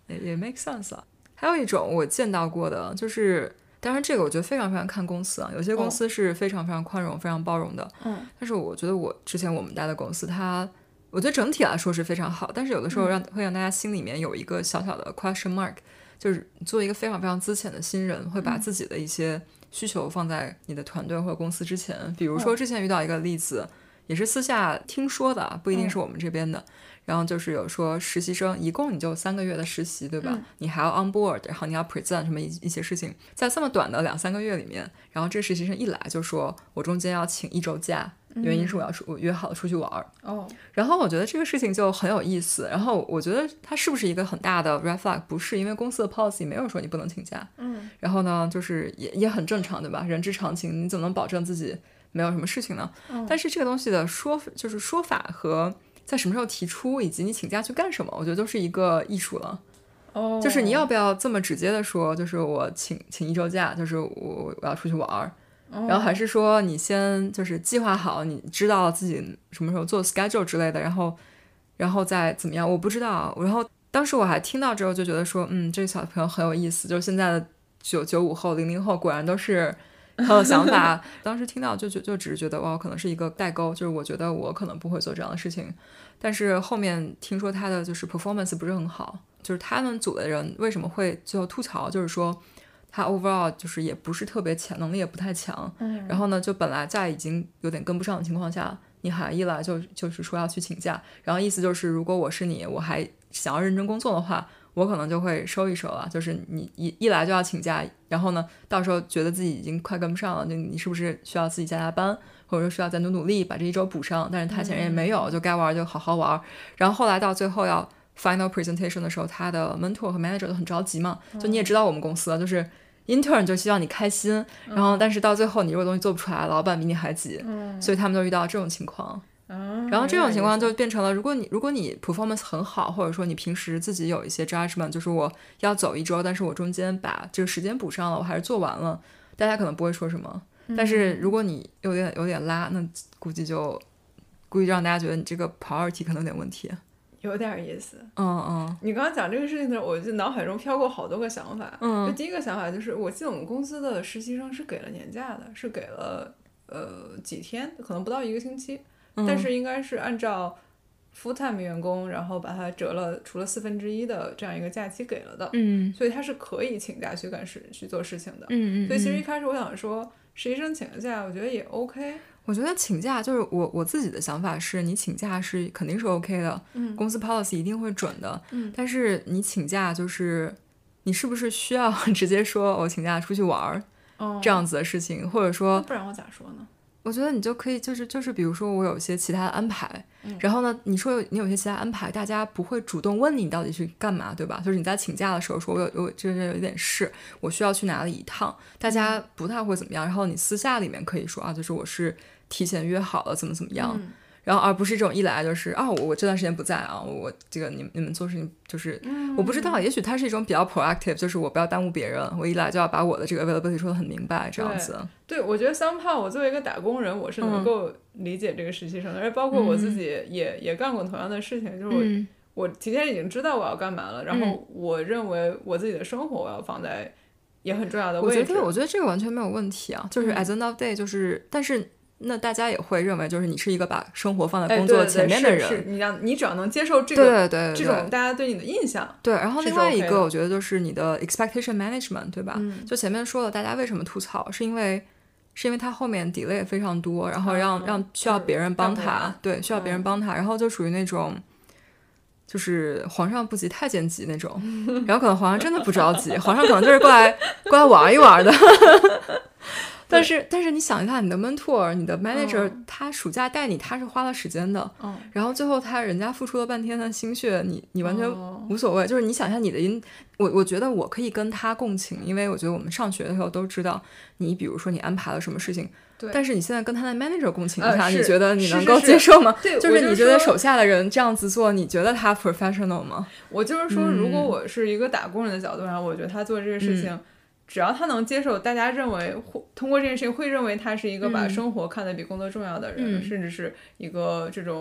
也 make sense 啊。还有一种我见到过的就是，当然这个我觉得非常非常看公司啊，有些公司是非常非常宽容非常包容的，但是我觉得之前我们待的公司我觉得整体来说是非常好，但是有的时候会让大家心里面有一个小小的 question mark， 就是做一个非常非常资浅的新人会把自己的一些需求放在你的团队或者公司之前。比如说之前遇到一个例子，也是私下听说的，不一定是我们这边的，然后就是有说实习生一共你就3个月的实习，对吧，你还要 on board， 然后你要 present 什么一些事情，在这么短的2-3个月里面，然后这个实习生一来就说我中间要请1周假，原因是我约好了出去玩。然后我觉得这个事情就很有意思，然后我觉得它是不是一个很大的 red flag？ 不是，因为公司的 policy 没有说你不能请假，然后呢就是也很正常，对吧，人之常情，你怎么能保证自己没有什么事情呢？但是这个东西的说法和在什么时候提出以及你请假去干什么，我觉得都是一个艺术了。就是你要不要这么直接的说，就是我请1周假，就是我要出去玩，然后还是说你先就是计划好，你知道自己什么时候做 schedule 之类的，然后再怎么样，我不知道。然后当时我还听到之后就觉得说这个小朋友很有意思，就是现在的95后00后果然都是很有想法。当时听到就只是觉得哇，可能是一个代沟，就是我觉得我可能不会做这样的事情，但是后面听说他的就是 performance 不是很好，就是他们组的人为什么会最后吐槽，就是说他 overall 就是也不是特别强，能力也不太强，然后呢就本来在已经有点跟不上的情况下，你还一来就是说要去请假，然后意思就是如果我是你，我还想要认真工作的话，我可能就会收一收了，就是你一来就要请假，然后呢到时候觉得自己已经快跟不上了，就你是不是需要自己加班，或者说需要再努力把这1周补上，但是他显然也没有，就该玩就好好玩。然后后来到最后要 final presentation 的时候，他的 mentor 和 manager 都很着急嘛，就你也知道我们公司就是 intern 就希望你开心，然后但是到最后你如果东西做不出来，老板比你还急，所以他们都遇到这种情况。然后这种情况就变成了，如果你 performance 很好，或者说你平时自己有一些 judgment， 就是我要走1周，但是我中间把这个时间补上了，我还是做完了，大家可能不会说什么。但是如果你有点拉，那估计让大家觉得你这个 priority 可能有点问题。 有点意思。你刚刚讲这个事情的时候，我就脑海中飘过好多个想法。就第一个想法就是，我记得我们公司的实习生是给了年假的，是给了几天，可能不到1个星期，但是应该是按照 full time 员工，然后把它折了除了1/4的这样一个假期给了的。所以他是可以请假去做事情的。所以其实一开始我想说实习生请个假我觉得也 OK。 我觉得请假就是我自己的想法是，你请假是肯定是 OK 的，公司 policy 一定会准的，但是你请假就是你是不是需要直接说我请假出去玩，这样子的事情，或者说不然我咋说呢？ 我觉得你就可以就是比如说我有一些其他的安排，然后呢你说你有一些其他安排，大家不会主动问你到底去干嘛，对吧？就是你在请假的时候说我就是有一点事，我需要去哪里一趟，大家不太会怎么样，然后你私下里面可以说啊，就是我是提前约好了怎么样，然后而不是这种一来就是我这段时间不在啊，我这个你们做事情就是我不知道，也许它是一种比较 proactive， 就是我不要耽误别人，我一来就要把我的这个 availability 说得很明白这样子。 对，我觉得somehow我作为一个打工人，我是能够理解这个实习生的，而包括我自己也干过同样的事情，就是我提前已经知道我要干嘛了，然后我认为我自己的生活我要放在也很重要的位置。 我觉得这个完全没有问题啊，就是 at the end of the day 就是但是那大家也会认为就是你是一个把生活放在工作前面的人， 是你只要能接受这个对这种大家对你的印象。 对，然后另外一个我觉得就是你的 expectation management， 对吧？就前面说了大家为什么吐槽，是因为他后面 delay 也非常多，然后让需要别人帮他，对，需要别人帮他，然后就属于那种就是皇上不急太监急那种，然后可能皇上真的不着急，皇上可能就是过来玩一玩的但是你想一下，你的 mentor 你的 manager，他暑假带你他是花了时间的，然后最后人家付出了半天的心血，你完全无所谓，就是你想一下你的我觉得我可以跟他共情，因为我觉得我们上学的时候都知道你比如说你安排了什么事情，但是你现在跟他的 manager 共情一下，你觉得你能够接受吗？就是你觉得手下的人这样子做，你觉得他 professional 吗？ 我就是说如果我是一个打工人的角度上，我觉得他做这个事情只要他能接受，大家认为通过这件事情会认为他是一个把生活看得比工作重要的人，甚至是一个这种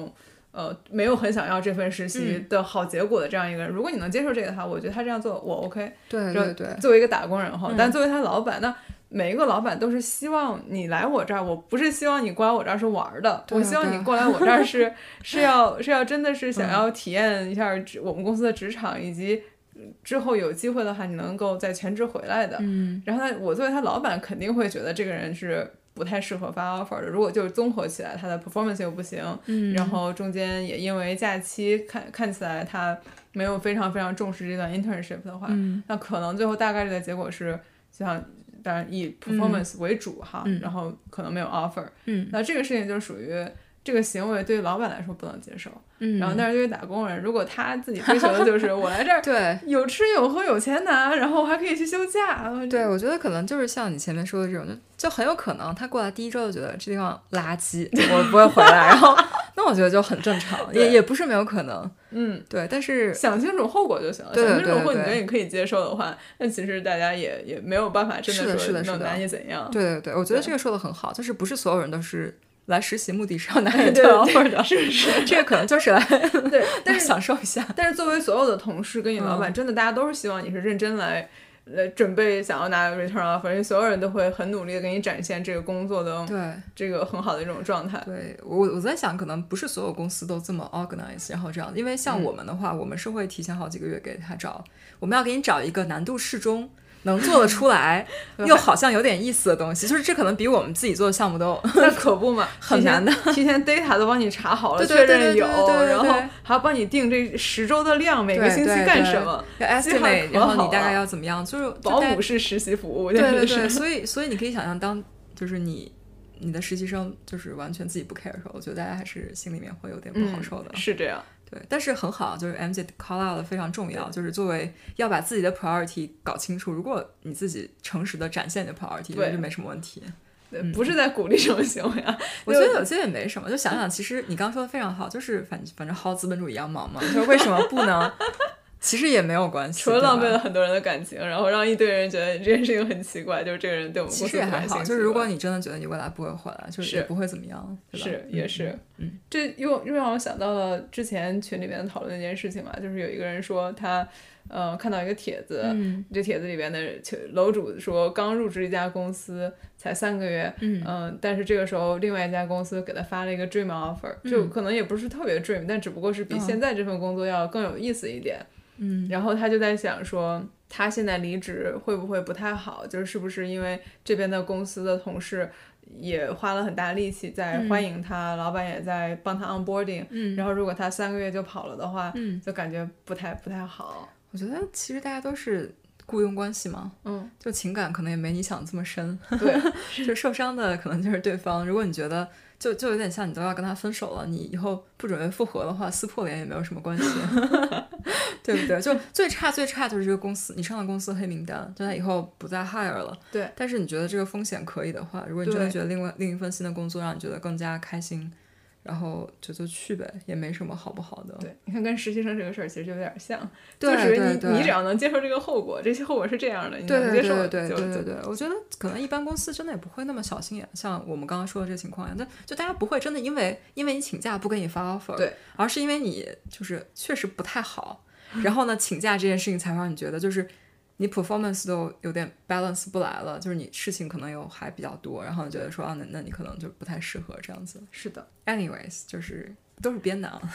没有很想要这份实习的好结果的这样一个人，如果你能接受这个的话，我觉得他这样做我 OK。 对对对， 作为一个打工人哈，但作为他老板，那每一个老板都是希望你来我这儿，我不是希望你过来我这儿是玩的，我希望你过来我这儿是要真的是想要体验一下我们公司的职场，以及之后有机会的话你能够再全职回来的。然后我作为他老板肯定会觉得这个人是不太适合发 offer 的，如果就是综合起来他的 performance 又不行，然后中间也因为假期看起来他没有非常非常重视这段 internship 的话，那可能最后大概率的结果是就像当然以 performance 为主哈，然后可能没有 offer。那这个事情就属于这个行为对老板来说不能接受，然后但是对于打工人，如果他自己追求的就是我来这儿对有吃有喝有钱拿，然后还可以去休假， 对，我觉得可能就是像你前面说的这种，就很有可能他过来第一周就觉得这地方垃圾，我不会回来，然后那我觉得就很正常，也不是没有可能。对，但是想清楚后果就行了。想清楚后你觉得你可以接受的话，那其实大家也没有办法真的说能拿你怎样。 对对对，我觉得这个说的很好，就是不是所有人都是来实习目的是要拿人家 offer 的， 是这个可能就是来对，但是享受一下。 但是作为所有的同事跟你老板，真的大家都是希望你是认真来准备想要拿 return offer， 因为所有人都会很努力的给你展现这个工作的对这个很好的一种状态。 对，我在想可能不是所有公司都这么 organize， 然后这样，因为像我们的话，我们是会提前好几个月给他找，我们要给你找一个难度适中能做得出来又好像有点意思的东西，就是这可能比我们自己做的项目都那可不嘛， 很难的， 提前 data 都帮你查好了， 确认有，然后还要帮你定这10周的量，每个星期干什么， 要 estimate， 然后你大概要怎么样，就是保姆式实习服务。 对对对，所以你可以想象，当就是你的实习生就是完全自己不 care 的时候，我觉得大家还是心里面会有点不好受的。 是这样。 对，但是很好，就是 MJ call out 的非常重要，就是作为要把自己的 priority 搞清楚，如果你自己诚实的展现你的 priority， 对，就没什么问题。 对，不是在鼓励什么行为啊， 我觉得有些也没什么，就想想，其实你刚说的非常好，就是反正薅资本主义羊毛嘛，就是为什么不能？其实也没有关系， 除了浪费了很多人的感情，然后让一堆人觉得这件事情很奇怪，就是这个人对我们公司不感兴趣。 其实也还好，就是如果你真的觉得你未来不会回来，就是也不会怎么样，对吧？ 是也是，这又让我想到了之前群里面讨论那件事情嘛，就是有一个人说他看到一个帖子，这帖子里边的楼主说刚入职一家公司才3个月，但是这个时候另外一家公司给他发了一个 dream offer，就可能也不是特别 dream，但只不过是比现在这份工作要更有意思一点。然后他就在想说他现在离职会不会不太好，就是不是因为这边的公司的同事也花了很大力气在欢迎他，老板也在帮他 onboarding，然后如果他3个月就跑了的话，就感觉不太好。 我觉得其实大家都是雇佣关系嘛，就情感可能也没你想这么深， 对， 就受伤的可能就是对方。如果你觉得就有点像你都要跟他分手了，你以后不准备复合的话，撕破脸也没有什么关系，对不对？就最差就是这个公司，你上了公司黑名单，就他以后不再 hire 了。 对， 但是你觉得这个风险可以的话，如果你真的觉得另一份新的工作让你觉得更加开心，然后就去呗，也没什么好不好的。 对，你看跟实习生这个事儿其实就有点像， 对就属于你只要能接受这个后果，这些后果是这样的，你能接受对，我觉得可能一般公司真的也不会那么小心眼，像我们刚刚说的这个情况一样，就大家不会真的因为你请假不给你发 offer， 对， 而是因为你就是确实不太好，然后呢请假这件事情才让你觉得就是你 performance 都有点 balance 不来了，就是你事情可能还比较多，然后你觉得说那你可能就不太适合这样子。 是的 anyways 就是都是编的啊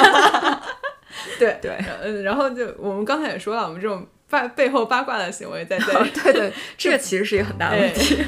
对，然后就我们刚才也说了，我们这种背后八卦的行为在对，这个其实是一个很大的问题。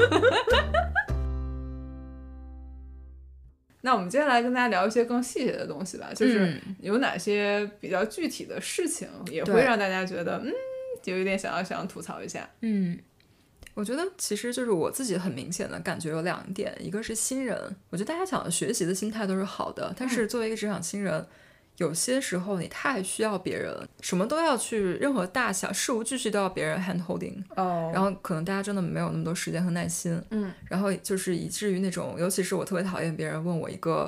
那我们接下来跟大家聊一些更细节的东西吧，就是有哪些比较具体的事情也会让大家觉得就有点想吐槽一下。 我觉得其实就是我自己很明显的感觉有2点，一个是新人，我觉得大家想学习的心态都是好的，但是作为一个职场新人，有些时候你太需要别人，什么都要去，任何大小事无巨细都要别人 hand holding，然后可能大家真的没有那么多时间和耐心，然后就是以至于那种，尤其是我特别讨厌别人问我一个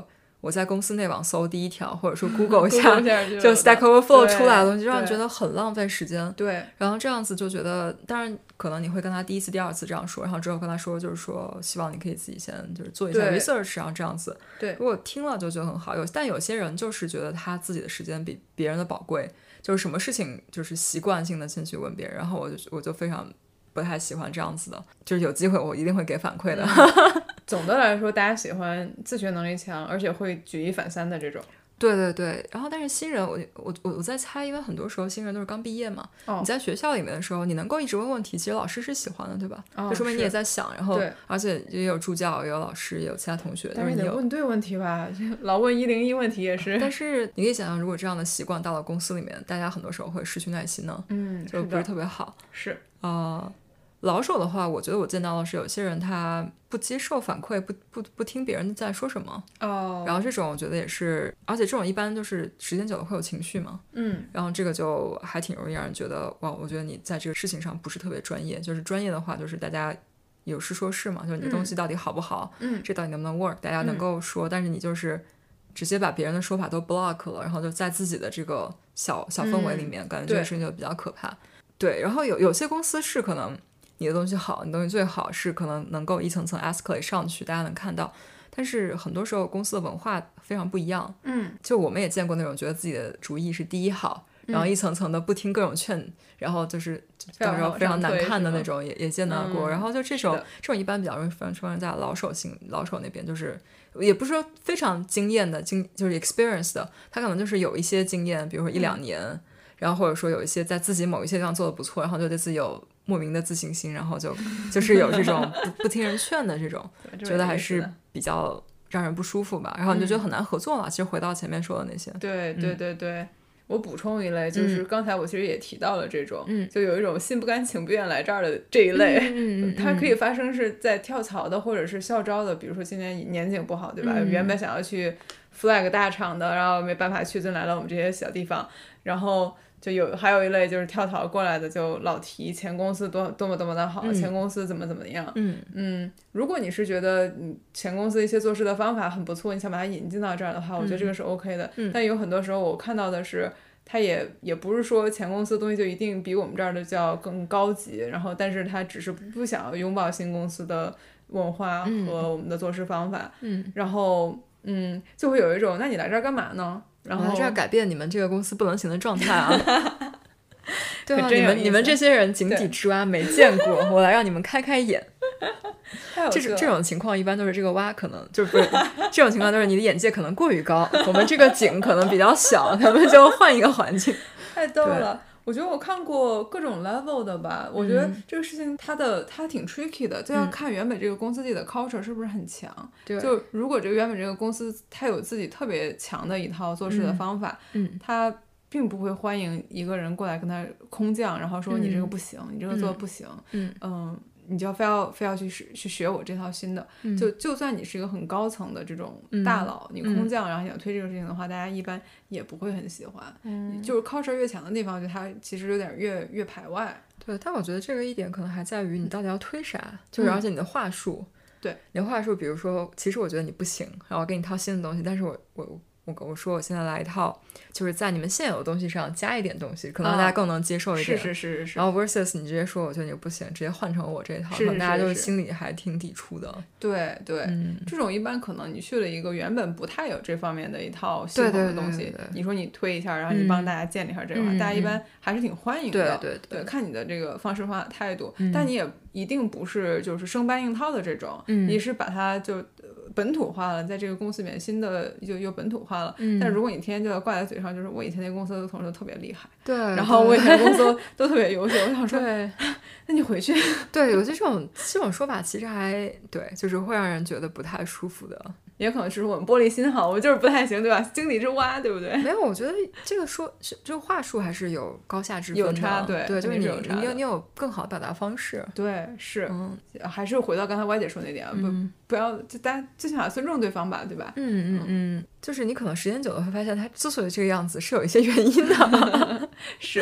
我在公司内网搜第一条，或者说 Google 一下就 Stack Overflow 出来了，就让你觉得很浪费时间。 对， 然后这样子就觉得，当然可能你会跟他第一次第二次这样说，然后之后跟他说就是说希望你可以自己先就是做一下 research， 然后这样子。 对， 如果听了就觉得很好，但有些人就是觉得他自己的时间比别人的宝贵，就是什么事情就是习惯性的进去问别人，然后我就非常不太喜欢这样子的，就是有机会我一定会给反馈的。 总的来说大家喜欢自学能力强而且会举一反三的这种。 对对对，然后但是新人我在猜，因为很多时候新人都是刚毕业嘛，你在学校里面的时候你能够一直问问题，其实老师是喜欢的，对吧？就说明你也在想，然后而且也有助教也有老师也有其他同学， 但是你得问对问题吧，老问101问题也是。 但是你可以想象，如果这样的习惯到了公司里面，大家很多时候会失去耐心呢，就不是特别好。 是老手的话，我觉得我见到的是有些人他不接受反馈，不听别人在说什么。然后这种我觉得也是，而且这种一般就是时间久了会有情绪嘛。然后这个就还挺容易让人觉得哇，我觉得你在这个事情上不是特别专业。就是专业的话，就是大家有事说事嘛，就是你的东西到底好不好，这到底能不能 work， 大家能够说，但是你就是直接把别人的说法都 block 了，然后就在自己的这个小氛围里面，感觉这个事情就比较可怕。对，然后有些公司是可能你的东西好，你东西最好是可能能够一层层 escalate 上去，大家能看到，但是很多时候公司的文化非常不一样。就我们也见过那种觉得自己的主意是第一好，然后一层层的不听各种劝，然后就是到时候非常难看的那种也见到过。然后就这种一般比较容易发生在老手那边，就是也不是说非常经验的就是 experience 的，他可能就是有一些经验，比如说1-2年，然后或者说有一些在自己某一些地方做的不错，然后就对自己有莫名的自信心，然后就是有这种不听人劝的这种觉得还是比较让人不舒服吧，然后你就觉得很难合作了。其实回到前面说的那些， 对对对对，我补充一类，就是刚才我其实也提到了这种，就有一种心不甘情不愿来这儿的这一类，它可以发生是在跳槽的或者是校招的，比如说今年年景不好，对吧？原本想要去 flag 大厂的，然后没办法去，就来了我们这些小地方，然后就还有一类就是跳槽过来的，就老提前公司多么的好，前公司怎么样。如果你是觉得前公司一些做事的方法很不错，你想把它引进到这儿的话，我觉得这个是 OK 的。但有很多时候我看到的是，它也不是说前公司的东西就一定比我们这儿的就要更高级，然后但是他只是不想要拥抱新公司的文化和我们的做事方法。然后就会有一种，那你来这儿干嘛呢？然后我来这儿改变你们这个公司不能行的状态啊。对啊，你们这些人井底之蛙没见过，我来让你们开眼。这种情况一般都是这个蛙可能就是这种情况都是你的眼界可能过于高，我们这个井可能比较小，咱们就换一个环境。 太逗了。我觉得我看过各种 level 的吧，我觉得这个事情它挺 tricky 的，就要看原本这个公司自己的 culture 是不是很强。就如果原本这个公司它有自己特别强的一套做事的方法，它并不会欢迎一个人过来跟他空降，然后说你这个不行，你这个做不行，你就要非要去学我这套新的。就算你是一个很高层的这种大佬，你空降然后想推这个事情的话，大家一般也不会很喜欢。就是 culture 越强的地方，我觉得它其实有点越排外。 对，但我觉得这个一点可能还在于你到底要推啥，就是而且你的话术。 对， 你的话术，比如说其实我觉得你不行，然后我给你套新的东西，但是我说我现在来一套就是在你们现有的东西上加一点东西，可能大家更能接受一点。 是。 然后 versus 你直接说我觉得你不行，直接换成我这一套，可能大家就心里还挺抵触的。 对，这种一般可能你去了一个原本不太有这方面的一套系统的东西，你说你推一下，然后你帮大家建立一下这个话，大家一般还是挺欢迎的。对，看你的这个方式方法态度，但你也一定不是就是生搬硬套的这种，你是把它就本土化了，在这个公司里面新的又本土化了。但如果你天天就要挂在嘴上，就是我以前那公司的同事都特别厉害， 对， 然后我以前公司都特别优秀，我想说，那你回去。 对，有些这种说法其实还对，就是会让人觉得不太舒服的。 也可能是我们玻璃心好，我们就是不太行，对吧？井底之蛙，对不对？ 没有，我觉得这个这个话术还是有高下之分的， 有差，对， 就是你有更好的表达方式， 对，是，还是回到刚才歪姐说那点，不要就大家最起码尊重对方吧，对吧？ 就是你可能时间久了会发现，他之所以这个样子是有一些原因的。 是，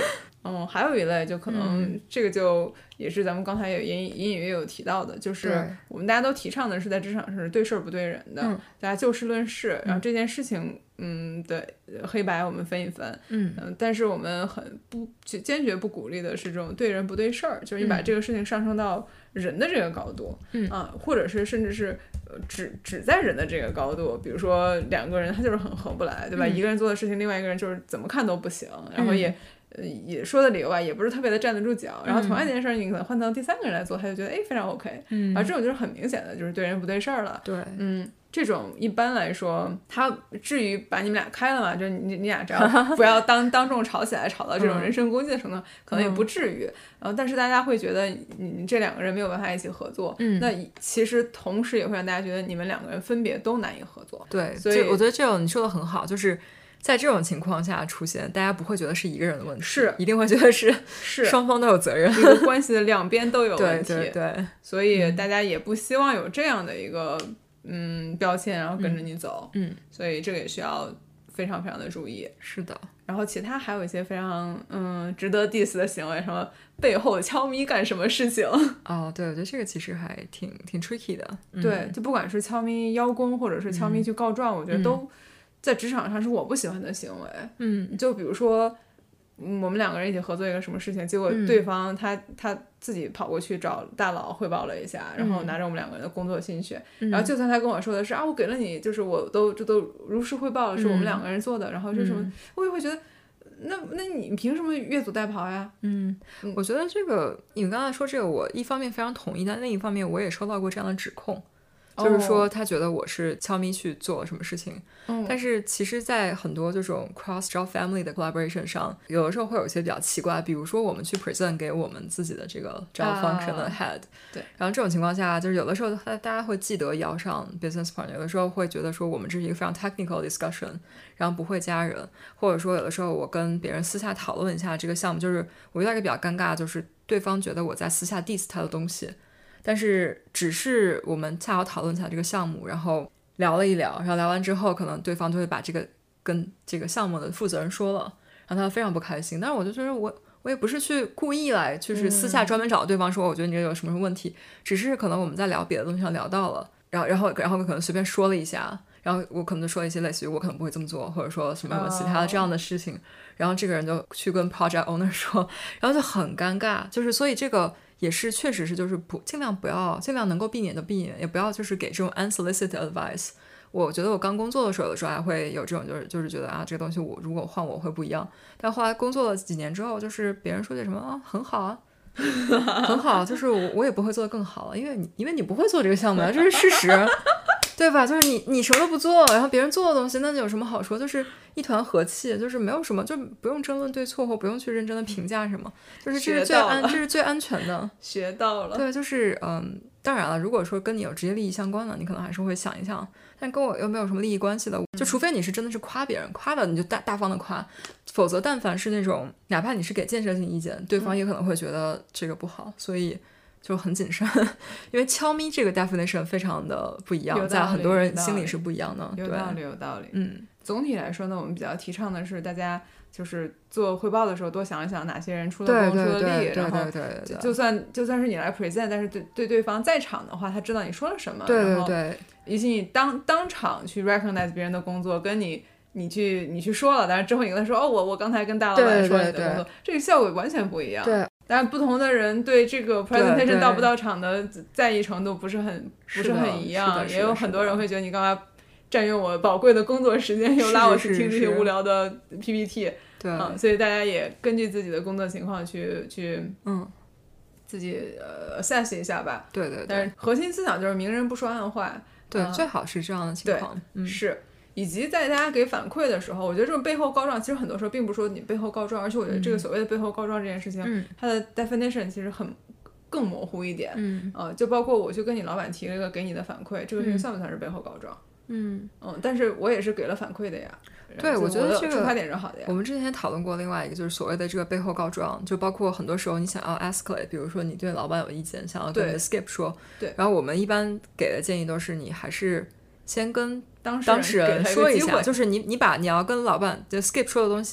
还有一类就可能这个就也是咱们刚才也隐隐约有提到的，就是我们大家都提倡的是在职场是对事儿不对人的，大家就事论事，然后这件事情对黑白我们分一分，但是我们很坚决不鼓励的是这种对人不对事儿，就是你把这个事情上升到人的这个高度，或者是甚至是只在人的这个高度，比如说两个人他就是很合不来，对吧？一个人做的事情另外一个人就是怎么看都不行，然后也说的理由吧，也不是特别的站得住脚，然后同样一件事你可能换成第三个人来做，他就觉得非常 OK，然后这种就是很明显的就是对人不对事儿了。 对， 这种一般来说，他至于把你们俩开了嘛，就是你俩只要不要当众吵起来，吵到这种人身攻击的程度，可能也不至于。但是大家会觉得你这两个人没有办法一起合作，那其实同时也会让大家觉得你们两个人分别都难以合作。 对， 所以我觉得这种你说的很好，就是在这种情况下出现，大家不会觉得是一个人的问题， 是一定会觉得是双方都有责任， 这个关系的两边都有问题。 对， 所以大家也不希望有这样的一个标签然后跟着你走，所以这个也需要非常非常的注意。 是的。 然后其他还有一些非常值得 diss 的行为，什么背后悄咪干什么事情。 对，我觉得这个其实还挺 tricky 的。 对，就不管是悄咪邀功或者是悄咪去告状，我觉得都在职场上是我不喜欢的行为。就比如说我们两个人一起合作一个什么事情，结果对方他自己跑过去找大佬汇报了一下，然后拿着我们两个人的工作心血，然后就算他跟我说的是我给了你，就是我都如实汇报了，是我们两个人做的，然后就什么，我也会觉得那你凭什么越俎代庖呀？ 我觉得这个你刚才说这个，我一方面非常同意，但另一方面我也收到过这样的指控。就是说他觉得我是悄咪去做了什么事情，但是其实在很多这种 cross job family 的 collaboration 上，有的时候会有一些比较奇怪，比如说我们去 present 给我们自己的这个 job function 的 head， 对， 然后这种情况下，就是有的时候大家会记得邀上 business partner， 有的时候会觉得说我们这是一个非常 technical discussion， 然后不会加人，或者说有的时候我跟别人私下讨论一下这个项目，就是我遇到一个比较尴尬，就是对方觉得我在私下 diss 他的东西，但是只是我们恰好讨论起来这个项目，然后聊了一聊，然后聊完之后可能对方就会把这个跟这个项目的负责人说了，然后他非常不开心。但是我就觉得我也不是去故意来就是私下专门找对方说我觉得你这有什么问题，只是可能我们在聊别的东西上聊到了，然后可能随便说了一下，然后我可能就说了一些类似于我可能不会这么做，或者说什么其他的这样的事情，然后这个人就去跟 project owner 说，然后就很尴尬。就是所以这个也是确实是就是尽量能够避免的避免，也不要就是给这种 unsolicited advice。 我觉得我刚工作的时候有的时候还会有这种就是觉得这个东西我如果换我会不一样，但后来工作了几年之后，就是别人说些什么很好啊很好，就是我也不会做得更好了，因为你不会做这个项目这是事实对吧？就是你什么都不做，然后别人做的东西，那有什么好说？就是一团和气，就是没有什么，就不用争论对错，或不用去认真的评价什么，就是这是最安全的。 学到了。 对，就是当然了，如果说跟你有直接利益相关的，你可能还是会想一想，但跟我又没有什么利益关系的，就除非你是真的是夸别人，夸的你就大方的夸，否则但凡是那种哪怕你是给建设性意见，对方也可能会觉得这个不好，所以就很谨慎。因为悄咪这个 definition 非常的不一样，在很多人心里是不一样的。 有道理。总体来说呢，我们比较提倡的是大家就是做汇报的时候多想一想哪些人出了功出了力，然后就算是你来 present， 但是对方在场的话，他知道你说了什么， 对， 以及你当场去 recognize 别人的工作，跟你去说了，但是之后你跟他说我刚才跟大老板说你的工作，这个效果完全不一样。对，但是不同的人对这个 presentation 到不到场的在意程度不是很一样，也有很多人会觉得你干嘛占用我宝贵的工作时间，又拉我去听这些无聊的 PPT。对，所以大家也根据自己的工作情况去自己assess 一下吧。对，但是核心思想就是明人不说暗话。 对，最好是这样的情况。 是。以及在大家给反馈的时候，我觉得这种背后告状其实很多时候并不是说你背后告状，而且我觉得这个所谓的背后告状这件事情，它的 definition 其实更模糊一点。就包括我去跟你老板提了一个给你的反馈，这个事情算不算是背后告状？但是我也是给了反馈的呀。 对，我觉得这个出发点是好的呀。 我们之前讨论过另外一个就是所谓的这个背后告状，就包括很多时候你想要 escalate， 比如说你对老板有意见想要跟你的 skip 说，对，然后我们一般给的建议都是你还是先跟当事人说一下，就是你要跟老板就 skip 说的东西，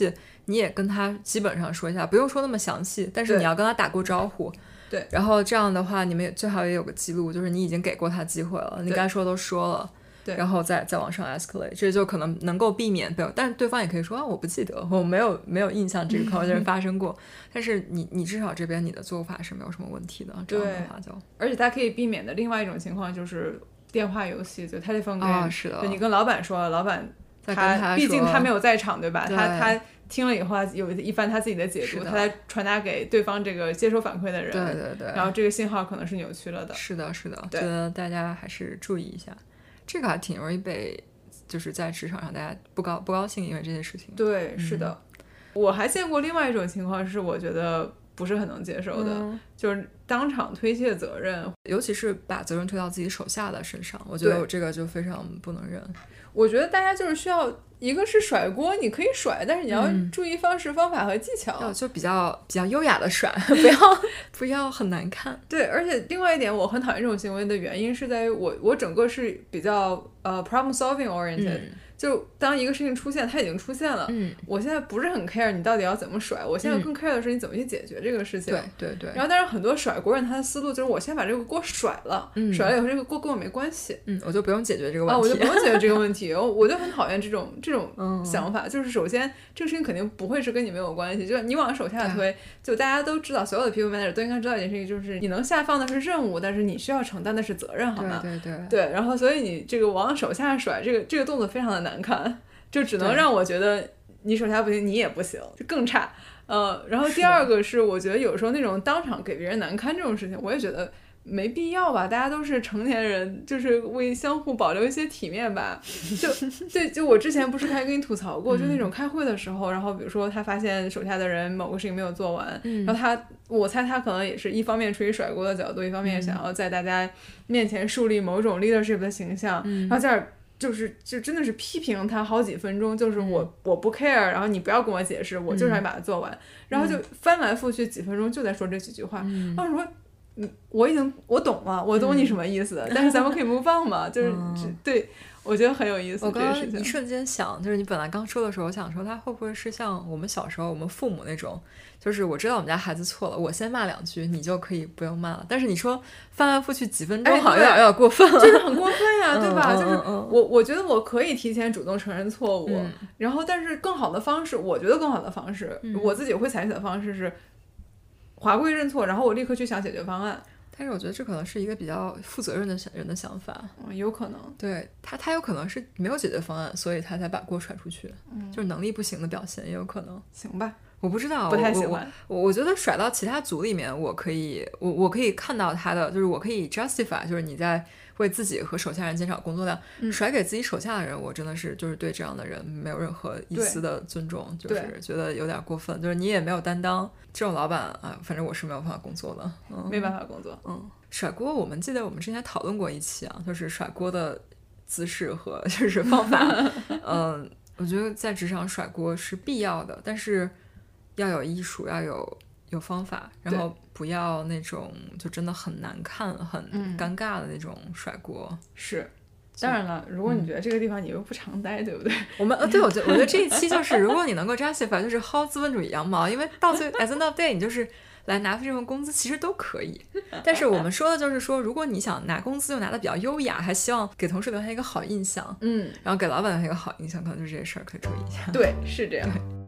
你也跟他基本上说一下，不用说那么详细，但是你要跟他打过招呼。 对， 然后这样的话你们最好也有个记录，就是你已经给过他机会了，你该说都说了， 对， 然后再往上 escalate， 这就可能能够避免被，但是对方也可以说我不记得，我没有印象这个 conversation 发生过，但是你至少这边你的做法是没有什么问题的，这样的话就， 而且它可以避免的另外一种情况就是电话游戏，就 telephone game， 是的， 就你跟老板说了，老板他毕竟他没有在场，对吧？ 对， 他听了以后有一番他自己的解读，他再传达给对方这个接收反馈的人， 对， 然后这个信号可能是扭曲了的。 是的，觉得大家还是注意一下，这个还挺容易被就是在职场上大家不高兴，因为这些事情。 对，是的。我还见过另外一种情况是我觉得不是很能接受的，就是当场推卸责任， 尤其是把责任推到自己手下的身上，我觉得我这个就非常不能忍。 我觉得大家就是需要，一个是甩锅你可以甩，但是你要注意方式、方法和技巧， 就比较优雅的甩，不要很难看。 对，而且另外一点我很讨厌这种行为的原因是在于我整个是比较problem solving oriented，就当一个事情出现，它已经出现了，我现在不是很 care 你到底要怎么甩，我现在更 care 的是你怎么去解决这个事情。 对。 然后但是很多甩锅人他的思路就是我先把这个锅甩了，甩了以后这个锅跟我没关系， 我就不用解决这个问题， 我就不用解决这个问题，我就很讨厌这种想法，就是首先这个事情肯定不会是跟你没有关系，就是你往手下推，就大家都知道，所有的 people manager 都应该知道一件事情，就是你能下放的是任务，但是你需要承担的是责任，好吗？对，然后所以你这个往手下甩这个动作非常的难看，就只能让我觉得你手下不行，你也不行，就更差。然后第二个是我觉得有时候那种当场给别人难堪这种事情，我也觉得没必要吧，大家都是成年人，就是为相互保留一些体面吧。就我之前不是还跟你吐槽过，就那种开会的时候，然后比如说他发现手下的人某个事情没有做完，然后我猜他可能也是一方面出于甩锅的角度，一方面想要在大家面前树立某种 leadership 的形象，然后在这儿就真的是批评他好几分钟，就是我不 care， 然后你不要跟我解释，我就是要把它做完，然后就翻来覆去几分钟就在说这几句话，然后说我懂了，我懂你什么意思，但是咱们可以 move on 嘛，就是对，我觉得很有意思。 我刚刚一瞬间想，就是你本来刚说的时候，我想说他会不会是像我们小时候我们父母那种，就是我知道我们家孩子错了，我先骂两句，你就可以不用骂了。但是你说翻来覆去几分钟，好像有点过分了， 就是很过分呀，对吧？就是我觉得我可以提前主动承认错误，然后但是更好的方式，我觉得更好的方式，我自己会采取的方式是划过去认错，然后我立刻去想解决方案。 但是我觉得这可能是一个比较负责任的人的想法， 有可能， 对他有可能是没有解决方案，所以他才把锅甩出去，就是能力不行的表现，也有可能。 行吧， 我不知道， 不太喜欢。 我觉得甩到其他组里面，我可以看到他的，就是我可以 justify， 就是你在为自己和手下人减少工作量，甩给自己手下的人，我真的是就是对这样的人没有任何一丝的尊重，就是觉得有点过分，就是你也没有担当，这种老板啊，反正我是没有办法工作的， 没办法工作。 甩锅，我们记得我们之前讨论过一期啊，就是甩锅的姿势和就是方法，我觉得在职场甩锅是必要的，但是要有艺术，要有方法，然后不要那种就真的很难看很尴尬的那种甩锅。 是，当然了，如果你觉得这个地方你又不常待，对不对？ 对，我觉得这一期就是如果你能够 justify 就是薅资本主义羊毛，因为到最 at the end of the day 你就是来拿这份工资其实都可以，但是我们说的就是说，如果你想拿工资又拿的比较优雅，还希望给同事留下一个好印象，然后给老板留下一个好印象，可能就这些事儿可以注意一下。 对，是这样。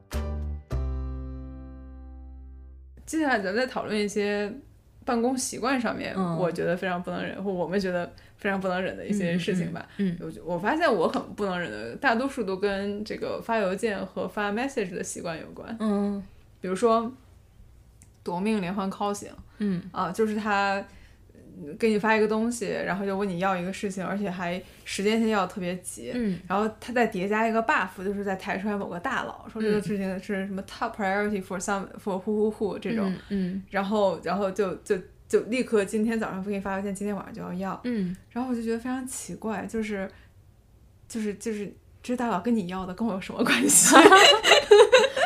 接下来咱们再讨论一些办公习惯上面，我觉得非常不能忍，或我们觉得非常不能忍的一些事情吧。我发现我很不能忍的，大多数都跟这个发邮件和发 message 的习惯有关。比如说夺命连环 call 型，就是他给你发一个东西，然后就问你要一个事情，而且还时间线要特别急，然后他再叠加一个 buff， 就是在抬出来某个大佬说这个事情是什么 top priority for who 这种，然后就立刻今天早上不给你发邮件，今天晚上就要，然后我就觉得非常奇怪，就是这大佬跟你要的跟我有什么关系？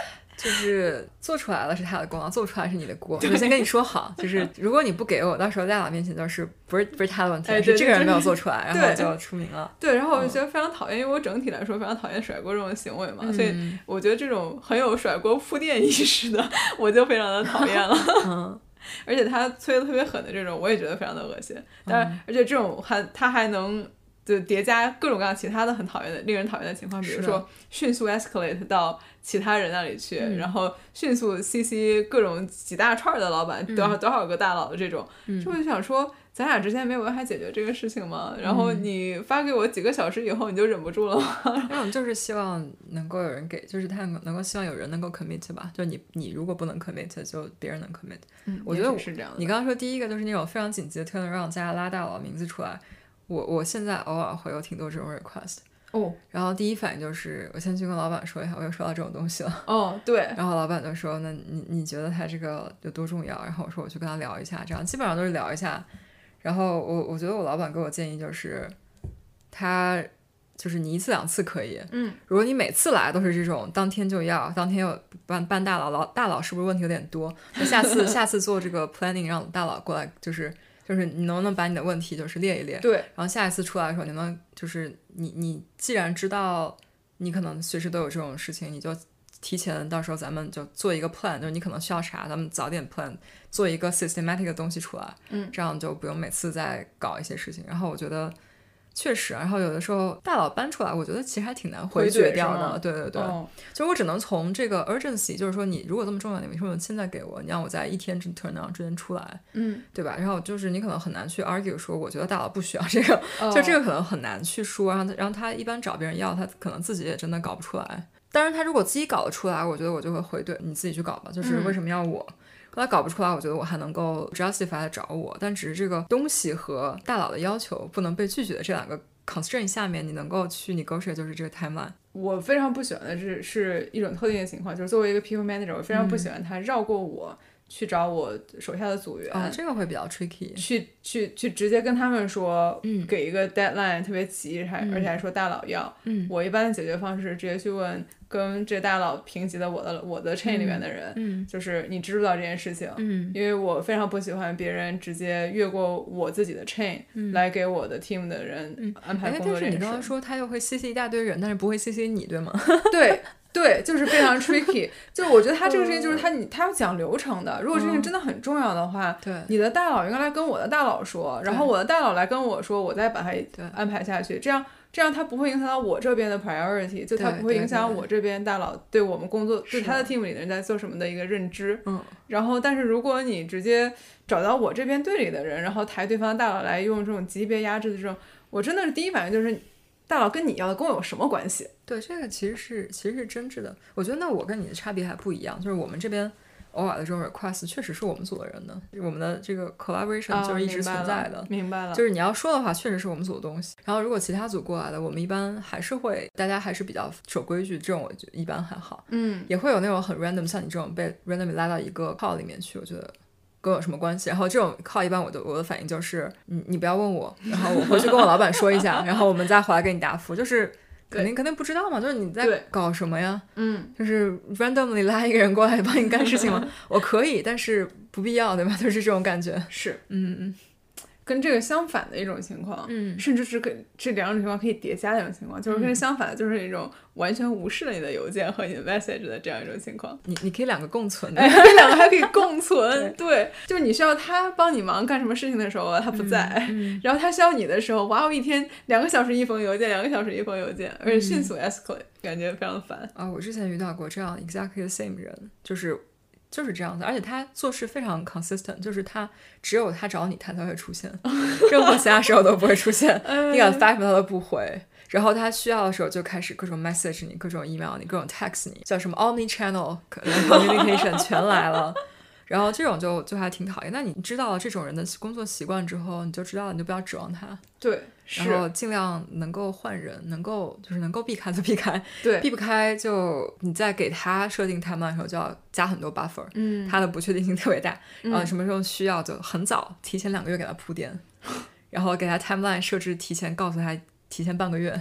就是做出来了是他的功劳，做不出来是你的锅。我先跟你说好，就是如果你不给我，到时候在我面前就是不是他的问题，是这个人没有做出来，然后就出名了。 对，然后我就觉得非常讨厌，因为我整体来说非常讨厌甩锅这种行为嘛，所以我觉得这种很有甩锅铺垫意识的，我就非常的讨厌了。而且他催的特别狠的这种，我也觉得非常的恶心。但是而且这种他还能就叠加各种各样其他的很讨厌的令人讨厌的情况，比如说迅速 escalate 到其他人那里去，然后迅速 CC 各种几大串的老板，多少个大佬的这种，就会想说咱俩之间没有办法解决这个事情吗？然后你发给我几个小时以后你就忍不住了吗？ 因为我们就是希望能够有人给，就是他能够希望有人能够 commit 吧，就你如果不能 commit 就别人能 commit。我觉得是这样的。 你刚刚说第一个就是那种非常紧急的 turn around 加拉大佬名字出来，我现在偶尔会有挺多这种 request。然后第一反应就是我先去跟老板说一下我又收到这种东西了。 对。 然后老板就说那你觉得他这个有多重要？然后我说我去跟他聊一下，这样基本上都是聊一下。然后我觉得我老板给我建议就是他就是你1次2次可以，如果你每次来都是这种当天就要，当天又办大佬是不是问题有点多？那下次做这个 planning 让大佬过来，就是你能不能把你的问题就是列一列？ 对。 然后下一次出来的时候，你能就是你既然知道你可能随时都有这种事情，你就提前到时候咱们就做一个 plan， 就是你可能需要啥，咱们早点 plan， 做一个 systematic 的东西出来，这样就不用每次再搞一些事情。然后我觉得确实，然后有的时候大佬搬出来，我觉得其实还挺难回绝掉的。对，就我只能从这个 urgency， 就是说你如果这么重要，你为什么现在给我？你让我在1天turn around之间出来，对吧？然后就是你可能很难去 argue 说，我觉得大佬不需要这个，就这个可能很难去说。然后他一般找别人要，他可能自己也真的搞不出来。当然他如果自己搞得出来，我觉得我就会回对你自己去搞吧，就是为什么要我？后来搞不出来，我觉得我还能够 justify 找我，但只是这个东西和大佬的要求不能被拒绝的这两个 constraint 下面，你能够去 negotiate 就是这个 timeline。 我非常不喜欢的是一种特定的情况，就是作为一个 people manager， 我非常不喜欢他绕过我去找我手下的组员， 这个会比较 tricky， 去直接跟他们说，给一个 deadline 特别急，而且还说大佬要，我一般的解决方式直接去问跟这大佬平级的我的 chain 里面的人，就是你知不知道这件事情，因为我非常不喜欢别人直接越过我自己的 chain，来给我的 team 的人安排工作这件事。 但是你刚刚说他又会 CC 一大堆人，但是不会 CC 你，对吗？ 对，就是非常 tricky。就是我觉得他这个事情就是他要讲流程的，如果事情真的很重要的话，你的大佬应该来跟我的大佬说，然后我的大佬来跟我说，我再把他安排下去，这样他不会影响到我这边的 priority， 就他不会影响我这边大佬对我们工作对他的 team 里的人在做什么的一个认知。然后但是如果你直接找到我这边队里的人，然后抬对方的大佬来用这种级别压制的这种，我真的是第一反应就是大佬跟你要的跟我有什么关系？ 对，这个其实是真挚的。我觉得那我跟你的差别还不一样，就是我们这边偶尔的这种 request 确实是我们组的人的，我们的这个 collaboration 就是一直存在的。 明白了。 就是你要说的话确实是我们组的东西，然后如果其他组过来的，我们一般还是会大家还是比较守规矩，这种我觉得一般还好。也会有那种很 random， 像你这种被 randomly 拉到一个 call 里面去，我觉得跟我有什么关系？然后这种 call 一般我的反应就是你不要问我，然后我回去跟我老板说一下，然后我们再回来给你答复。就是肯定不知道嘛，就是你在搞什么呀？就是 randomly 拉一个人过来帮你干事情吗？我可以，但是不必要，对吧？就是这种感觉。 是，跟这个相反的一种情况，甚至是这两种情况可以叠加的一种情况，就是跟相反的就是一种完全无视了你的邮件和你的 message 的这样一种情况。 你可以两个共存的， 这两个还可以共存。对，就是你需要他帮你忙干什么事情的时候他不在，然后他需要你的时候，哇，我一天2个小时一封邮件，2个小时一封邮件，而且迅速 escalate，感觉非常烦啊！我之前遇到过这样 exactly the same 人，就是这样子，而且他做事非常 consistent， 就是他只有他找你他才会出现，任何其他时候都不会出现。你给他发什么他都不回，然后他需要的时候就开始各种 message 你，各种 email 你，各种 text 你，叫什么 omni channel communication 全来了。然后这种就还挺讨厌。那你知道了这种人的工作习惯之后，你就知道了，你就不要指望他。 对， 然后尽量能够换人，能够避开就避开， 对， 避不开就你在给他设定 timeline 的时候就要加很多 buffer，他的不确定性特别大，然后什么时候需要就很早提前2个月给他铺垫，然后给他 timeline 设置提前告诉他提前半个月，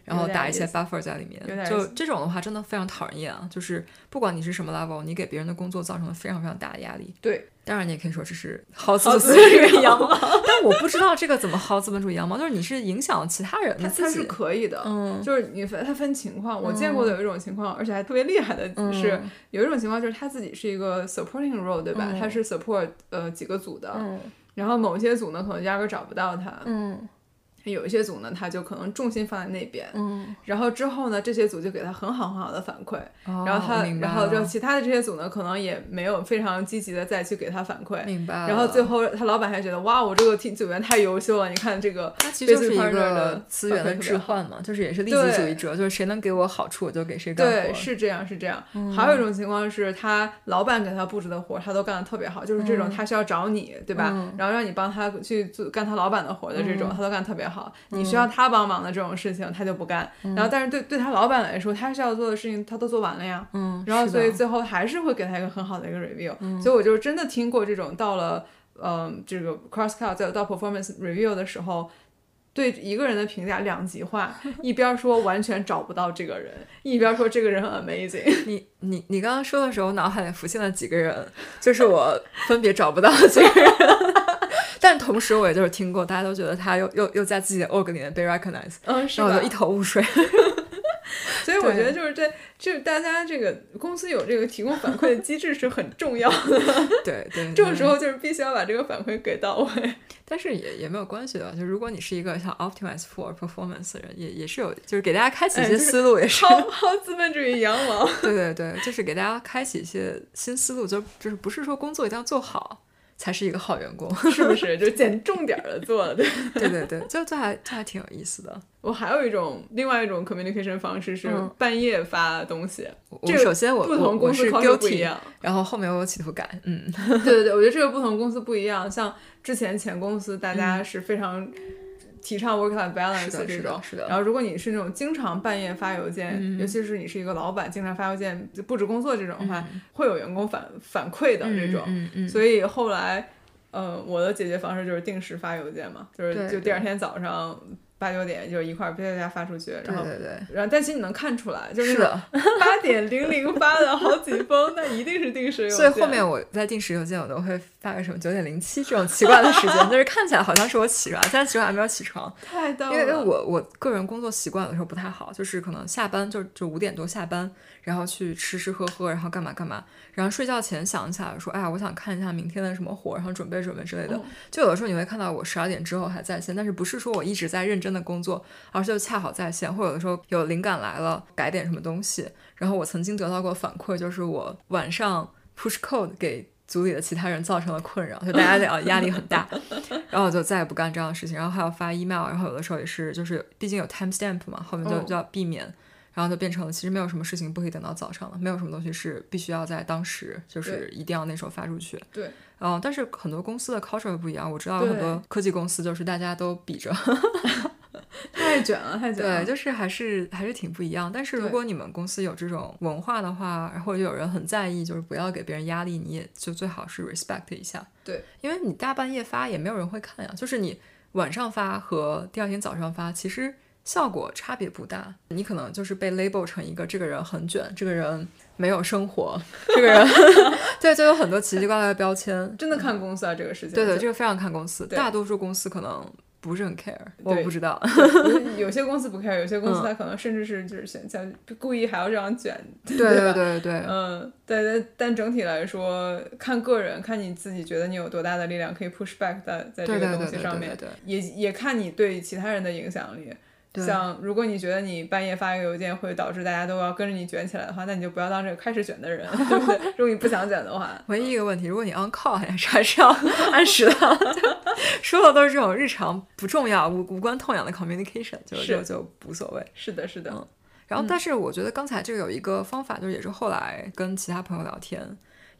然后打一些 buffer 在里面，就这种的话真的非常讨人厌啊！就是不管你是什么 level， 你给别人的工作造成了非常非常大的压力。 对， 当然你也可以说这是薅资本主义羊毛，但我不知道这个怎么薅资本主义羊毛，就是你是影响其他人， 它是可以的，就是它分情况。我见过的有一种情况，而且还特别厉害的是，有一种情况就是他自己是一个 supporting role， 对吧？他是 support 几个组的，然后某些组呢可能压根找不到他，有一些组呢他就可能重心放在那边，然后之后呢这些组就给他很好的反馈，然后就其他的这些组呢可能也没有非常积极的再去给他反馈， 明白了。 然后最后他老板还觉得哇，我这个组员太优秀了，你看这个， 他其实就是一个资源的置换嘛，就是也是利己主义者，就是谁能给我好处我就给谁干活。 对，是这样。还有一种情况是他老板给他布置的活他都干得特别好，就是这种他需要找你，对吧？然后让你帮他去干他老板的活的这种，他都干得特别好。你需要他帮忙的这种事情他就不干，然后但是对他老板来说他需要做的事情他都做完了呀，然后所以最后还是会给他一个很好的一个 review，所以我就真的听过这种到了这个 crosscut 在到 performance review 的时候对一个人的评价两极化，一边说完全找不到这个人，一边说这个人很 amazing。 你刚刚说的时候脑海里浮现了几个人，就是我分别找不到的几个人但同时我也就是听过大家都觉得他又在自己的 org 里面被 recognize， 然后我就一头雾水所以我觉得就是大家这个公司有这个提供反馈的机制是很重要的对， 这种时候就是必须要把这个反馈给到位。 但是也没有关系的，就如果你是一个像 optimize for performance 的人，也是有，就是给大家开启一些思路，也是薅资本主义羊毛对，就是给大家开启一些新思路，就是不是说工作一定要做好才是一个好员工， 是不是？就捡重点的做的对，就还挺有意思的。 我还有另外一种 communication 方式是半夜发东西。 首先不同公司 culture 不一样， 然后后面我有企图改。 对，我觉得这个不同公司不一样。像之前前公司大家是非常提倡 work-life balance 这种， 是的。 然后如果你是那种经常半夜发邮件，尤其是你是一个老板，经常发邮件布置工作这种的话，会有员工反馈的这种。所以后来，我的解决方式就是定时发邮件嘛，就第二天早上8、9点就一块儿被大家发出去，然后但其实你能看出来，就是8点00发的好几封，那一定是定时邮件。 所以后面我在定时邮件我都会发个什么9点07这种奇怪的时间，就是看起来好像是我起床，但其实我还没有起床。 太逗了。 因为我个人工作习惯有的时候不太好，就是可能下班就5点多下班，然后去吃喝，然后干嘛，然后睡觉前想起来说，哎呀，我想看一下明天的什么活，然后准备之类的。就有的时候你会看到我12点之后还在线，但是不是说我一直在认真的工作，而是就恰好在线，或者有的时候有灵感来了改点什么东西。然后我曾经得到过反馈，就是我晚上 push code 给组里的其他人造成了困扰，就大家压力很大然后我就再也不干这样的事情。然后还要发 email， 然后有的时候也是就是毕竟有 timestamp 嘛，后面就要避免然后就变成了其实没有什么事情不可以等到早上了，没有什么东西是必须要在当时就是一定要那时候发出去。 对， 但是很多公司的 culture 不一样，我知道很多科技公司就是大家都比着太卷了。 对，就是还是挺不一样。但是如果你们公司有这种文化的话，或者有人很在意，就是不要给别人压力，你也就最好是 respect 一下。 对， 因为你大半夜发也没有人会看呀，就是你晚上发和第二天早上发其实效果差别不大，你可能就是被 label 成一个这个人很卷，这个人没有生活，这个人对，就有很多奇奇怪怪的标签。 真的看公司啊，这个事情。 对，这个非常看公司，大多数公司可能不是很 care， 我不知道有些公司不 care， 有些公司他可能甚至是就是想故意还要这样卷。对，但整体来说看个人，看你自己觉得你有多大的力量可以 push back 在这个东西上面，也看你对其他人的影响力。像如果你觉得你半夜发一个邮件会导致大家都要跟着你卷起来的话，那你就不要当这个开始卷的人，对不对？如果你不想卷的话， 唯一一个问题，如果你 on call 还是要按时的说的都是这种日常不重要无关痛痒的 communication， 就无所谓。 是的然后但是我觉得刚才这个有一个方法，就是也是后来跟其他朋友聊天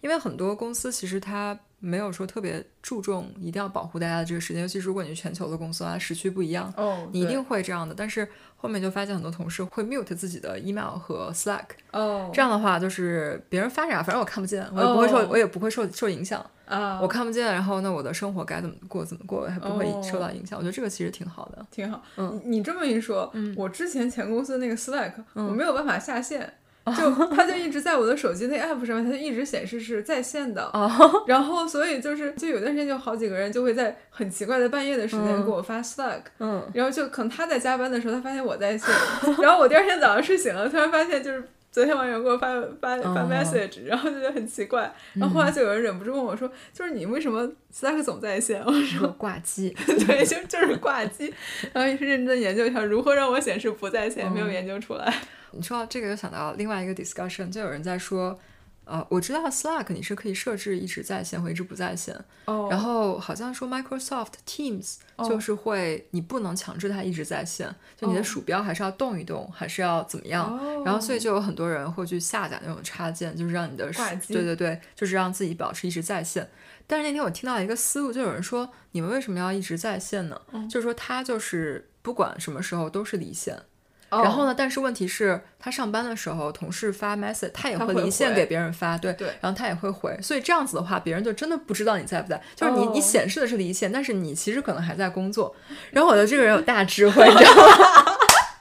因为很多公司其实它没有说特别注重一定要保护大家的这个时间，尤其是如果你是全球的公司啊，时区不一样，你一定会这样的。但是后面就发现很多同事会 mute 自己的 email 和 Slack，这样的话就是别人发啥，反正我看不见，我也不会受影响。我看不见，然后那我的生活该怎么过怎么过，还不会受到影响。我觉得这个其实挺好的， 挺好。你这么一说，我之前前公司那个 Slack，我没有办法下线。它就一直在我的手机那 app 上面，它就一直显示是在线的。然后所以就有段时间就好几个人就会在很奇怪的半夜的时间给我发 Slack，然后就可能他在加班的时候他发现我在线，然后我第二天早上睡醒了，突然发现就是昨天晚上给我发 message， 然后就觉得很奇怪，然后后来就有人忍不住问我说，就是你为什么 Slack 总在线？我说挂机。 对，就是挂机。然后认真研究一下如何让我显示不在线，没有研究出来。 你说到这个，就想到另外一个 discussion， 就有人在说，我知道 Slack 你是可以设置一直在线和一直不在线，然后好像说 Microsoft Teams 就是会，你不能强制它一直在线，就你的鼠标还是要动一动，还是要怎么样，然后所以就有很多人会去下载那种插件，就是让你的对，就是让自己保持一直在线。但是那天我听到一个思路，就有人说，你们为什么要一直在线呢？就是说他就是不管什么时候都是离线。然后呢？但是问题是，他上班的时候，同事发 message， 他也会离线给别人发，对，然后他也会回，所以这样子的话，别人就真的不知道你在不在，就是你显示的是离线，但是你其实可能还在工作。然后我觉得这个人有大智慧，你知道吗？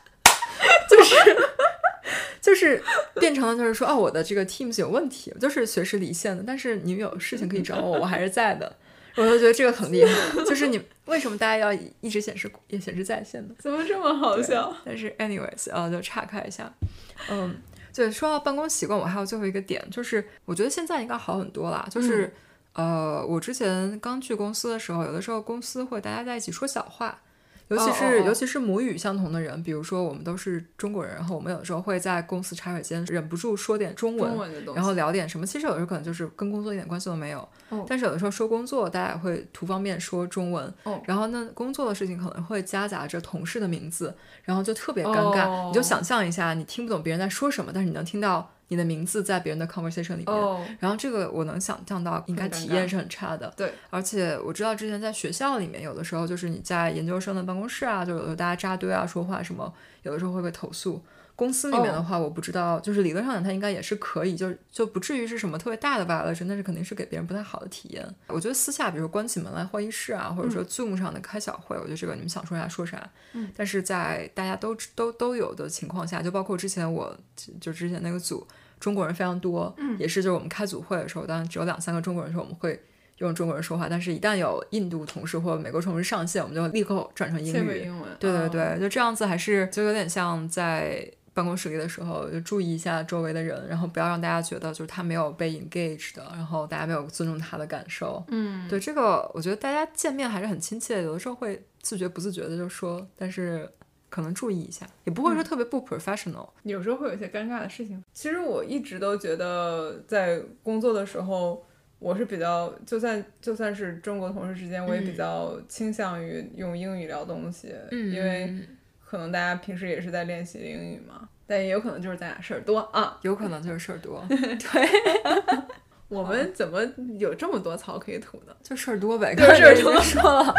就是变成了就是说，我的这个 Teams 有问题，就是随时离线的，但是你有事情可以找我，我还是在的。我就觉得这个很厉害，就是你为什么大家要一直显示在线的？ 怎么这么好笑？ 但是 anyways， 就岔开一下。对，说到办公习惯，我还有最后一个点，就是我觉得现在应该好很多啦。就是我之前刚去公司的时候，有的时候公司会大家在一起说小话。尤其是母语相同的人，比如说我们都是中国人，然后我们有的时候会在公司茶水间忍不住说点中文的东西， 然后聊点什么，其实有的时候可能就是跟工作一点关系都没有，但是有的时候说工作大家也会图方便说中文，然后呢工作的事情可能会夹杂着同事的名字，然后就特别尴尬，你就想象一下，你听不懂别人在说什么，但是你能听到你的名字在别人的 conversation 里面，然后这个我能想象到应该体验是很差的。 对， 而且我知道之前在学校里面，有的时候就是你在研究生的办公室啊，就有的大家扎堆啊说话什么，有的时候会被投诉。公司里面的话我不知道，就是理论上它应该也是可以，就不至于是什么特别大的 violation， 但是肯定是给别人不太好的体验。我觉得私下比如关起门来会议室啊，或者说 Zoom 上的开小会，我觉得这个你们想说啥说啥，但是在大家都有的情况下，就包括之前那个组中国人非常多，也是就是我们开组会的时候，当然只有2-3个中国人的时候我们会用中国人说话，但是一旦有印度同事或美国同事上线，我们就立刻转成英语。对，就这样子，还是就有点像在办公室里的时候就注意一下周围的人，然后不要让大家觉得就是他没有被 engage 的，然后大家没有尊重他的感受。对，这个我觉得大家见面还是很亲切，有的时候会自觉不自觉的就说，但是可能注意一下，也不会说特别不 professional。 有时候会有一些尴尬的事情。其实我一直都觉得在工作的时候，我是比较就算是中国同事之间，我也比较倾向于用英语聊东西，因为可能大家平时也是在练习英语嘛，但也有可能就是咱俩事儿多啊， 有可能就是事儿多。 对。我们怎么有这么多槽可以吐呢？ 就事儿多呗， 就事儿多说了。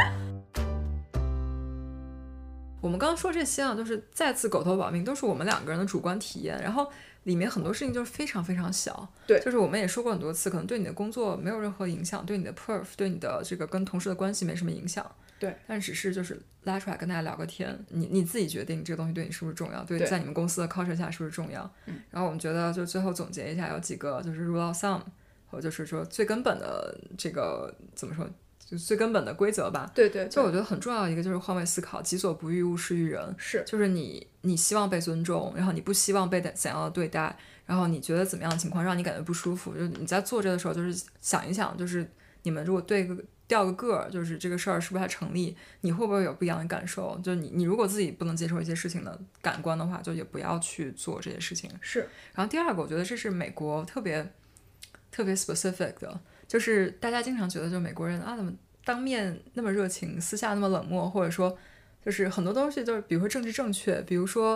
我们刚刚说这些啊，就是再次狗头保命，都是我们2个人的主观体验，然后里面很多事情就是非常非常小。 对， 就是我们也说过很多次，可能对你的工作没有任何影响，对你的 perf， 对你的这个跟同事的关系没什么影响。 对， 但只是就是拉出来跟大家聊个天，你自己决定这个东西对你是不是重要，对，在你们公司的 culture 下是不是重要。然后我们觉得就最后总结一下，有几个就是 rule of thumb，或者就是说最根本的这个怎么说，就最根本的规则吧。 对， 就我觉得很重要的一个就是换位思考，己所不欲勿施于人。 是， 就是你希望被尊重，然后你不希望被怎样的对待，然后你觉得怎么样的情况让你感觉不舒服，就是你在做这个的时候就是想一想，就是你们如果调个个，就是这个事儿是不是还成立，你会不会有不一样的感受，就你如果自己不能接受一些事情的感官的话，就也不要去做这些事情。 是。 然后第二个我觉得这是美国特别 specific 的，就是大家经常觉得就美国人啊怎么当面那么热情，私下那么冷漠，或者说就是很多东西就是比如说政治正确，比如说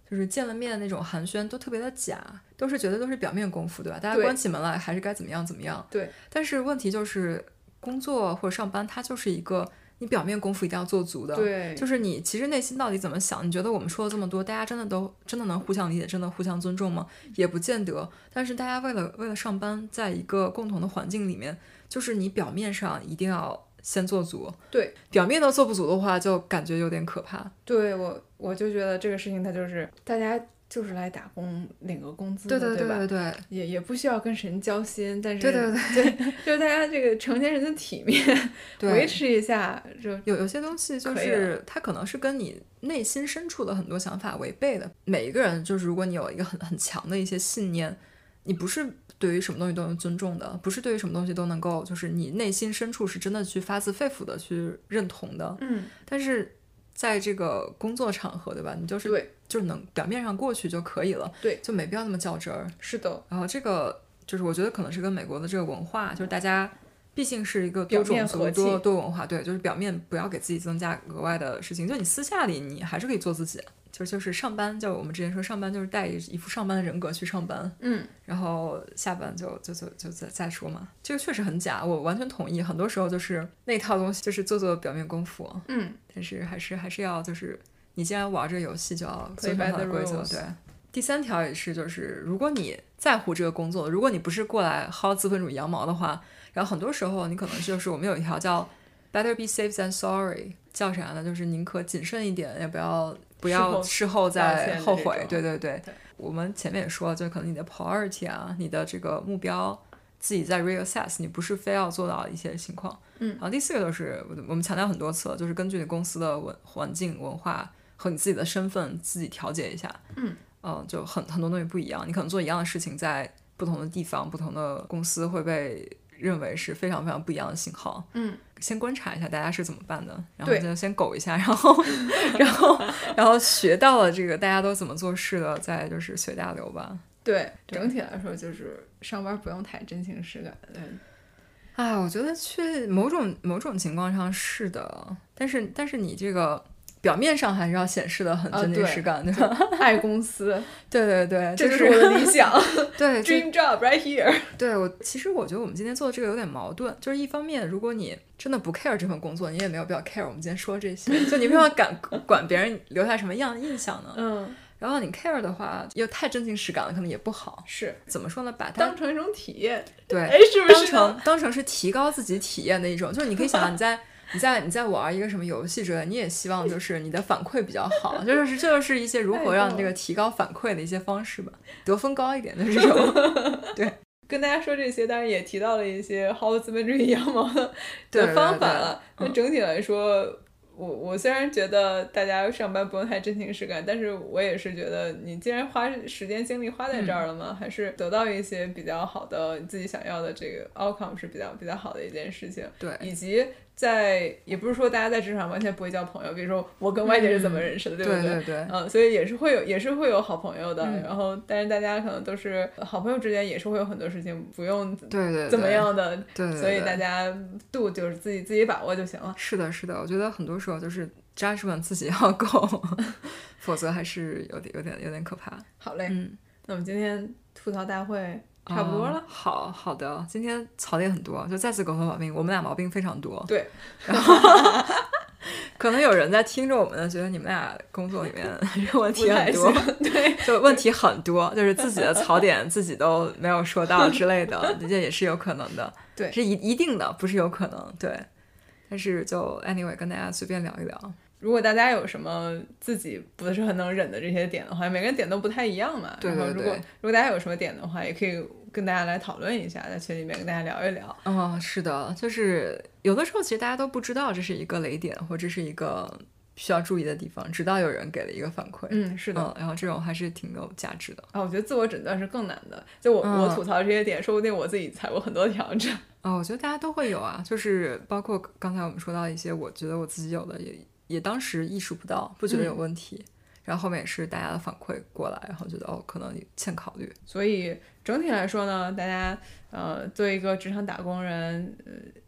就是见了面的那种寒暄都特别的假，都是觉得都是表面功夫，对吧？大家关起门来还是该怎么样怎么样。 对。 但是问题就是工作或者上班它就是一个你表面功夫一定要做足的， 对， 就是你其实内心到底怎么想，你觉得我们说了这么多，大家真的能互相理解，真的互相尊重吗？也不见得。但是大家为了上班，在一个共同的环境里面，就是你表面上一定要先做足， 对， 表面都做不足的话，就感觉有点可怕。 对，我就觉得这个事情它就是大家就是来打工领个工资的， 对吧？ 对， 也不需要跟神交心，但是对， 就是大家这个成年人的体面维持一下， 有些东西就是它可能是跟你内心深处的很多想法违背的。每一个人就是如果你有一个很强的一些信念，你不是对于什么东西都能尊重的，不是对于什么东西都能够就是你内心深处是真的去发自肺腑的去认同的。但是在这个工作场合，对吧？你就是能表面上过去就可以了， 对， 就没必要那么较真儿。 是的。 然后这个就是我觉得可能是跟美国的这个文化，就是大家毕竟是一个多种族多文化，对，就是表面不要给自己增加额外的事情，就你私下里你还是可以做自己，就是上班，就我们之前说上班就是带一副上班的人格去上班，然后下班就再说嘛。这个确实很假，我完全同意。很多时候就是那套东西就是做表面功夫，但是还是要就是你既然玩这个游戏，就要遵守它的规则。对，第3条也是，就是如果你在乎这个工作，如果你不是过来薅资本主义羊毛的话，然后很多时候你可能就是我们有一条叫 Better be safe than sorry， 叫啥呢？就是宁可谨慎一点，也不要事后再后悔。对，我们前面也说，就可能你的 priority 啊，你的这个目标自己在 reassess， 你不是非要做到一些情况。然后第4个就是我们强调很多次了，就是根据你公司的环境文化和你自己的身份自己调节一下。就很多东西不一样，你可能做一样的事情在不同的地方不同的公司会被认为是非常非常不一样的信号。先观察一下大家是怎么办的，然后就先苟一下，然后学到了这个大家都怎么做事的，再就是随大流吧。 对，整体来说就是上班不用太真情实感。 我觉得去某种情况上是的，但是你这个表面上还是要显示的很真情实感，对吧？ 爱公司， 对， 这就是我的理想。 对 ，dream job right here。 对，其实我觉得我们今天做的这个有点矛盾，就是一方面，如果你真的不 care 这份工作，你也没有必要 care 我们今天说这些，就你为什么管别人留下什么样的印象呢？然后你 care 的话又太真情实感了，可能也不好。 是怎么说呢？把它当成一种体验。 对， 是不是当成是提高自己体验的一种，就是你可以想到你在玩一个什么游戏之类，你也希望就是你的反馈比较好，这就是一些如何让这个提高反馈的一些方式吧，得分高一点的这种。对， 跟大家说这些，当然也提到了一些薅资本主义羊毛的方法了。那整体来说，我虽然觉得大家上班不用太真情实感，但是我也是觉得你既然花时间精力花在这儿了嘛，还是得到一些比较好的自己想要的这个 outcome 是比较好的一件事情。 对， 以及也不是说大家在职场完全不会交朋友，比如说我跟外界是怎么认识的，对不对？ 对， 所以也是会有好朋友的。然后但是大家可能都是好朋友之间也是会有很多事情不用怎么样的， 对， 所以大家度就是自己把握就行了。 是的，我觉得很多时候就是 judgment 自己要够，否则还是有点可怕。 好嘞，那我们今天吐槽大会差不多了。 好的，今天槽点很多，就再次狗头保命，我们俩毛病非常多。 对， 然后可能有人在听着我们呢，觉得你们俩工作里面问题很多， 对， 就问题很多，就是自己的槽点自己都没有说到之类的，这也是有可能的。 对， 是一定的，不是有可能。对，但是就 anyway 跟大家随便聊一聊。 如果大家有什么自己不是很能忍的这些点的话，每个人点都不太一样嘛。 对， 然后如果大家有什么点的话，也可以跟大家来讨论一下，在群里面跟大家聊一聊。 是的，就是有的时候其实大家都不知道这是一个雷点，或者是一个需要注意的地方，直到有人给了一个反馈。 是的， 然后这种还是挺有价值的。 我觉得自我诊断是更难的，就我吐槽这些点，说不定我自己踩过很多条针。 我觉得大家都会有啊，就是包括刚才我们说到一些我觉得我自己有的也当时意识不到，不觉得有问题，然后后面也是大家的反馈过来，然后觉得可能欠考虑。 所以整体来说呢，大家作为一个职场打工人，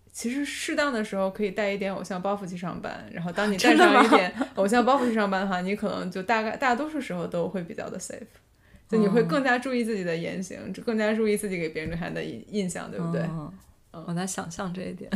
其实适当的时候可以带一点偶像包袱去上班，然后当你带上一点偶像包袱去上班的话，你可能就大多数时候都会比较的 safe， 就你会更加注意自己的言行，更加注意自己给别人留下的印象，对不对？ 我在想象这一点。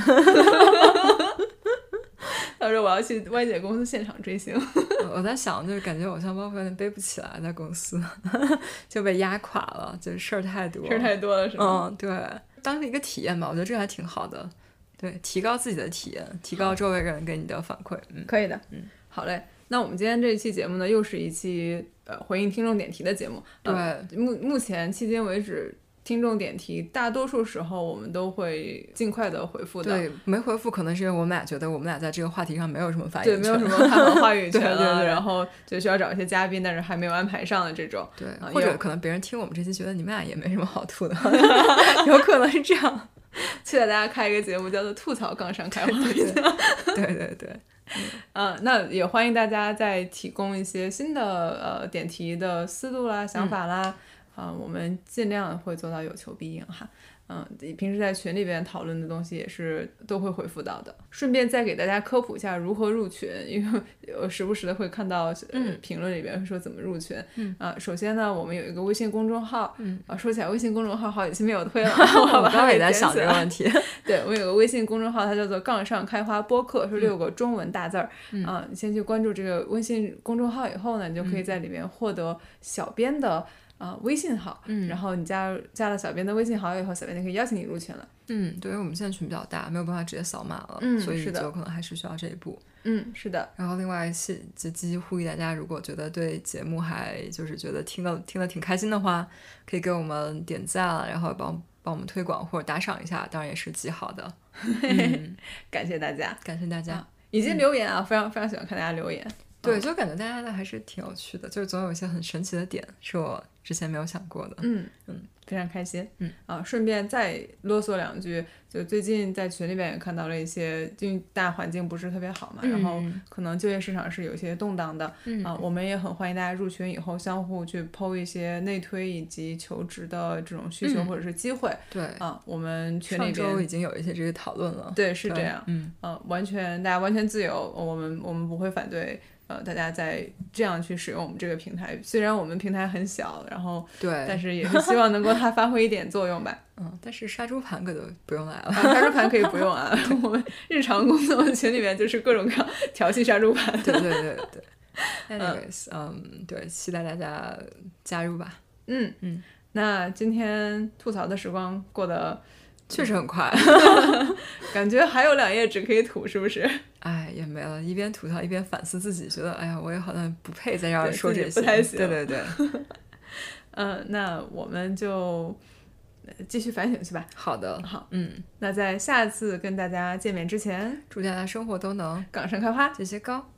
到时候我要去歪姐公司现场追星。 我在想，就是感觉偶像包袱有点背不起来，在公司就被压垮了，就是事儿太多了，是吗？ 对，当成一个体验吧，我觉得这还挺好的。对，提高自己的体验，提高周围人给你的反馈。 可以的。好嘞。那我们今天这一期节目呢，又是一期回应听众点题的节目。 对， 目前迄今为止，听众点题大多数时候我们都会尽快的回复的。 对，没回复可能是因为我们俩觉得我们俩在这个话题上没有什么发言权， 对，没有什么看法话语权了对， 然后就需要找一些嘉宾，但是还没有安排上的这种。 对，或者可能别人听我们这期觉得你们俩也没什么好吐的，有可能是这样。 期待大家开一个节目叫做吐槽杠上开花。 对。 那也欢迎大家再提供一些新的点题的思路啦、想法啦。我们尽量会做到有求必应哈。平时在群里边讨论的东西也是都会回复到的。顺便再给大家科普一下如何入群，因为我时不时的会看到评论里边会说怎么入群。首先呢，我们有一个微信公众号。说起来微信公众号好几期没有推了，我刚刚也在想这个问题。 对，我们有个微信公众号，它叫做杠上开花播客，是6个中文大字儿。你先去关注这个微信公众号以后呢，你就可以在里面获得小编的微信号。然后你加了小编的微信号以后，小编就可以邀请你入群了。 对，因为我们现在群比较大，没有办法直接扫码了。所以就可能还是需要这一步。 是的。 然后另外就积极呼吁大家，如果觉得对节目还就是觉得听得挺开心的话，可以给我们点赞，然后帮我们推广或者打赏一下，当然也是极好的。 感谢大家，以及留言非常非常喜欢看大家留言。 对，就感觉大家的还是挺有趣的，就是总有一些很神奇的点是我之前没有想过的。 非常开心。顺便再啰嗦两句，就最近在群里面也看到了一些，因为大环境不是特别好嘛，然后可能就业市场是有一些动荡的。我们也很欢迎大家入群以后相互去抛一些内推以及求职的这种需求或者是机会。 对我们群里边上周已经有一些这个讨论了。 对，是这样。大家完全自由，我们不会反对。大家在这样去使用我们这个平台，虽然我们平台很小，然后对， 但是也是希望能够它发挥一点作用吧。 但是杀猪盘可都不用来了。 杀猪盘可以不用啊，我们日常工作群里面就是各种各样调戏杀猪盘。 对。Anyways，对，期待大家加入吧。 那今天吐槽的时光过得确实很快。 感觉还有2页纸可以吐，是不是？ 也没了，一边吐槽一边反思自己，觉得我也好像不配在这儿说这些， 不太行。 对。 那我们就继续反省去吧。 好的。 那在下次跟大家见面之前， 祝大家生活都能杠上开花， 节节高。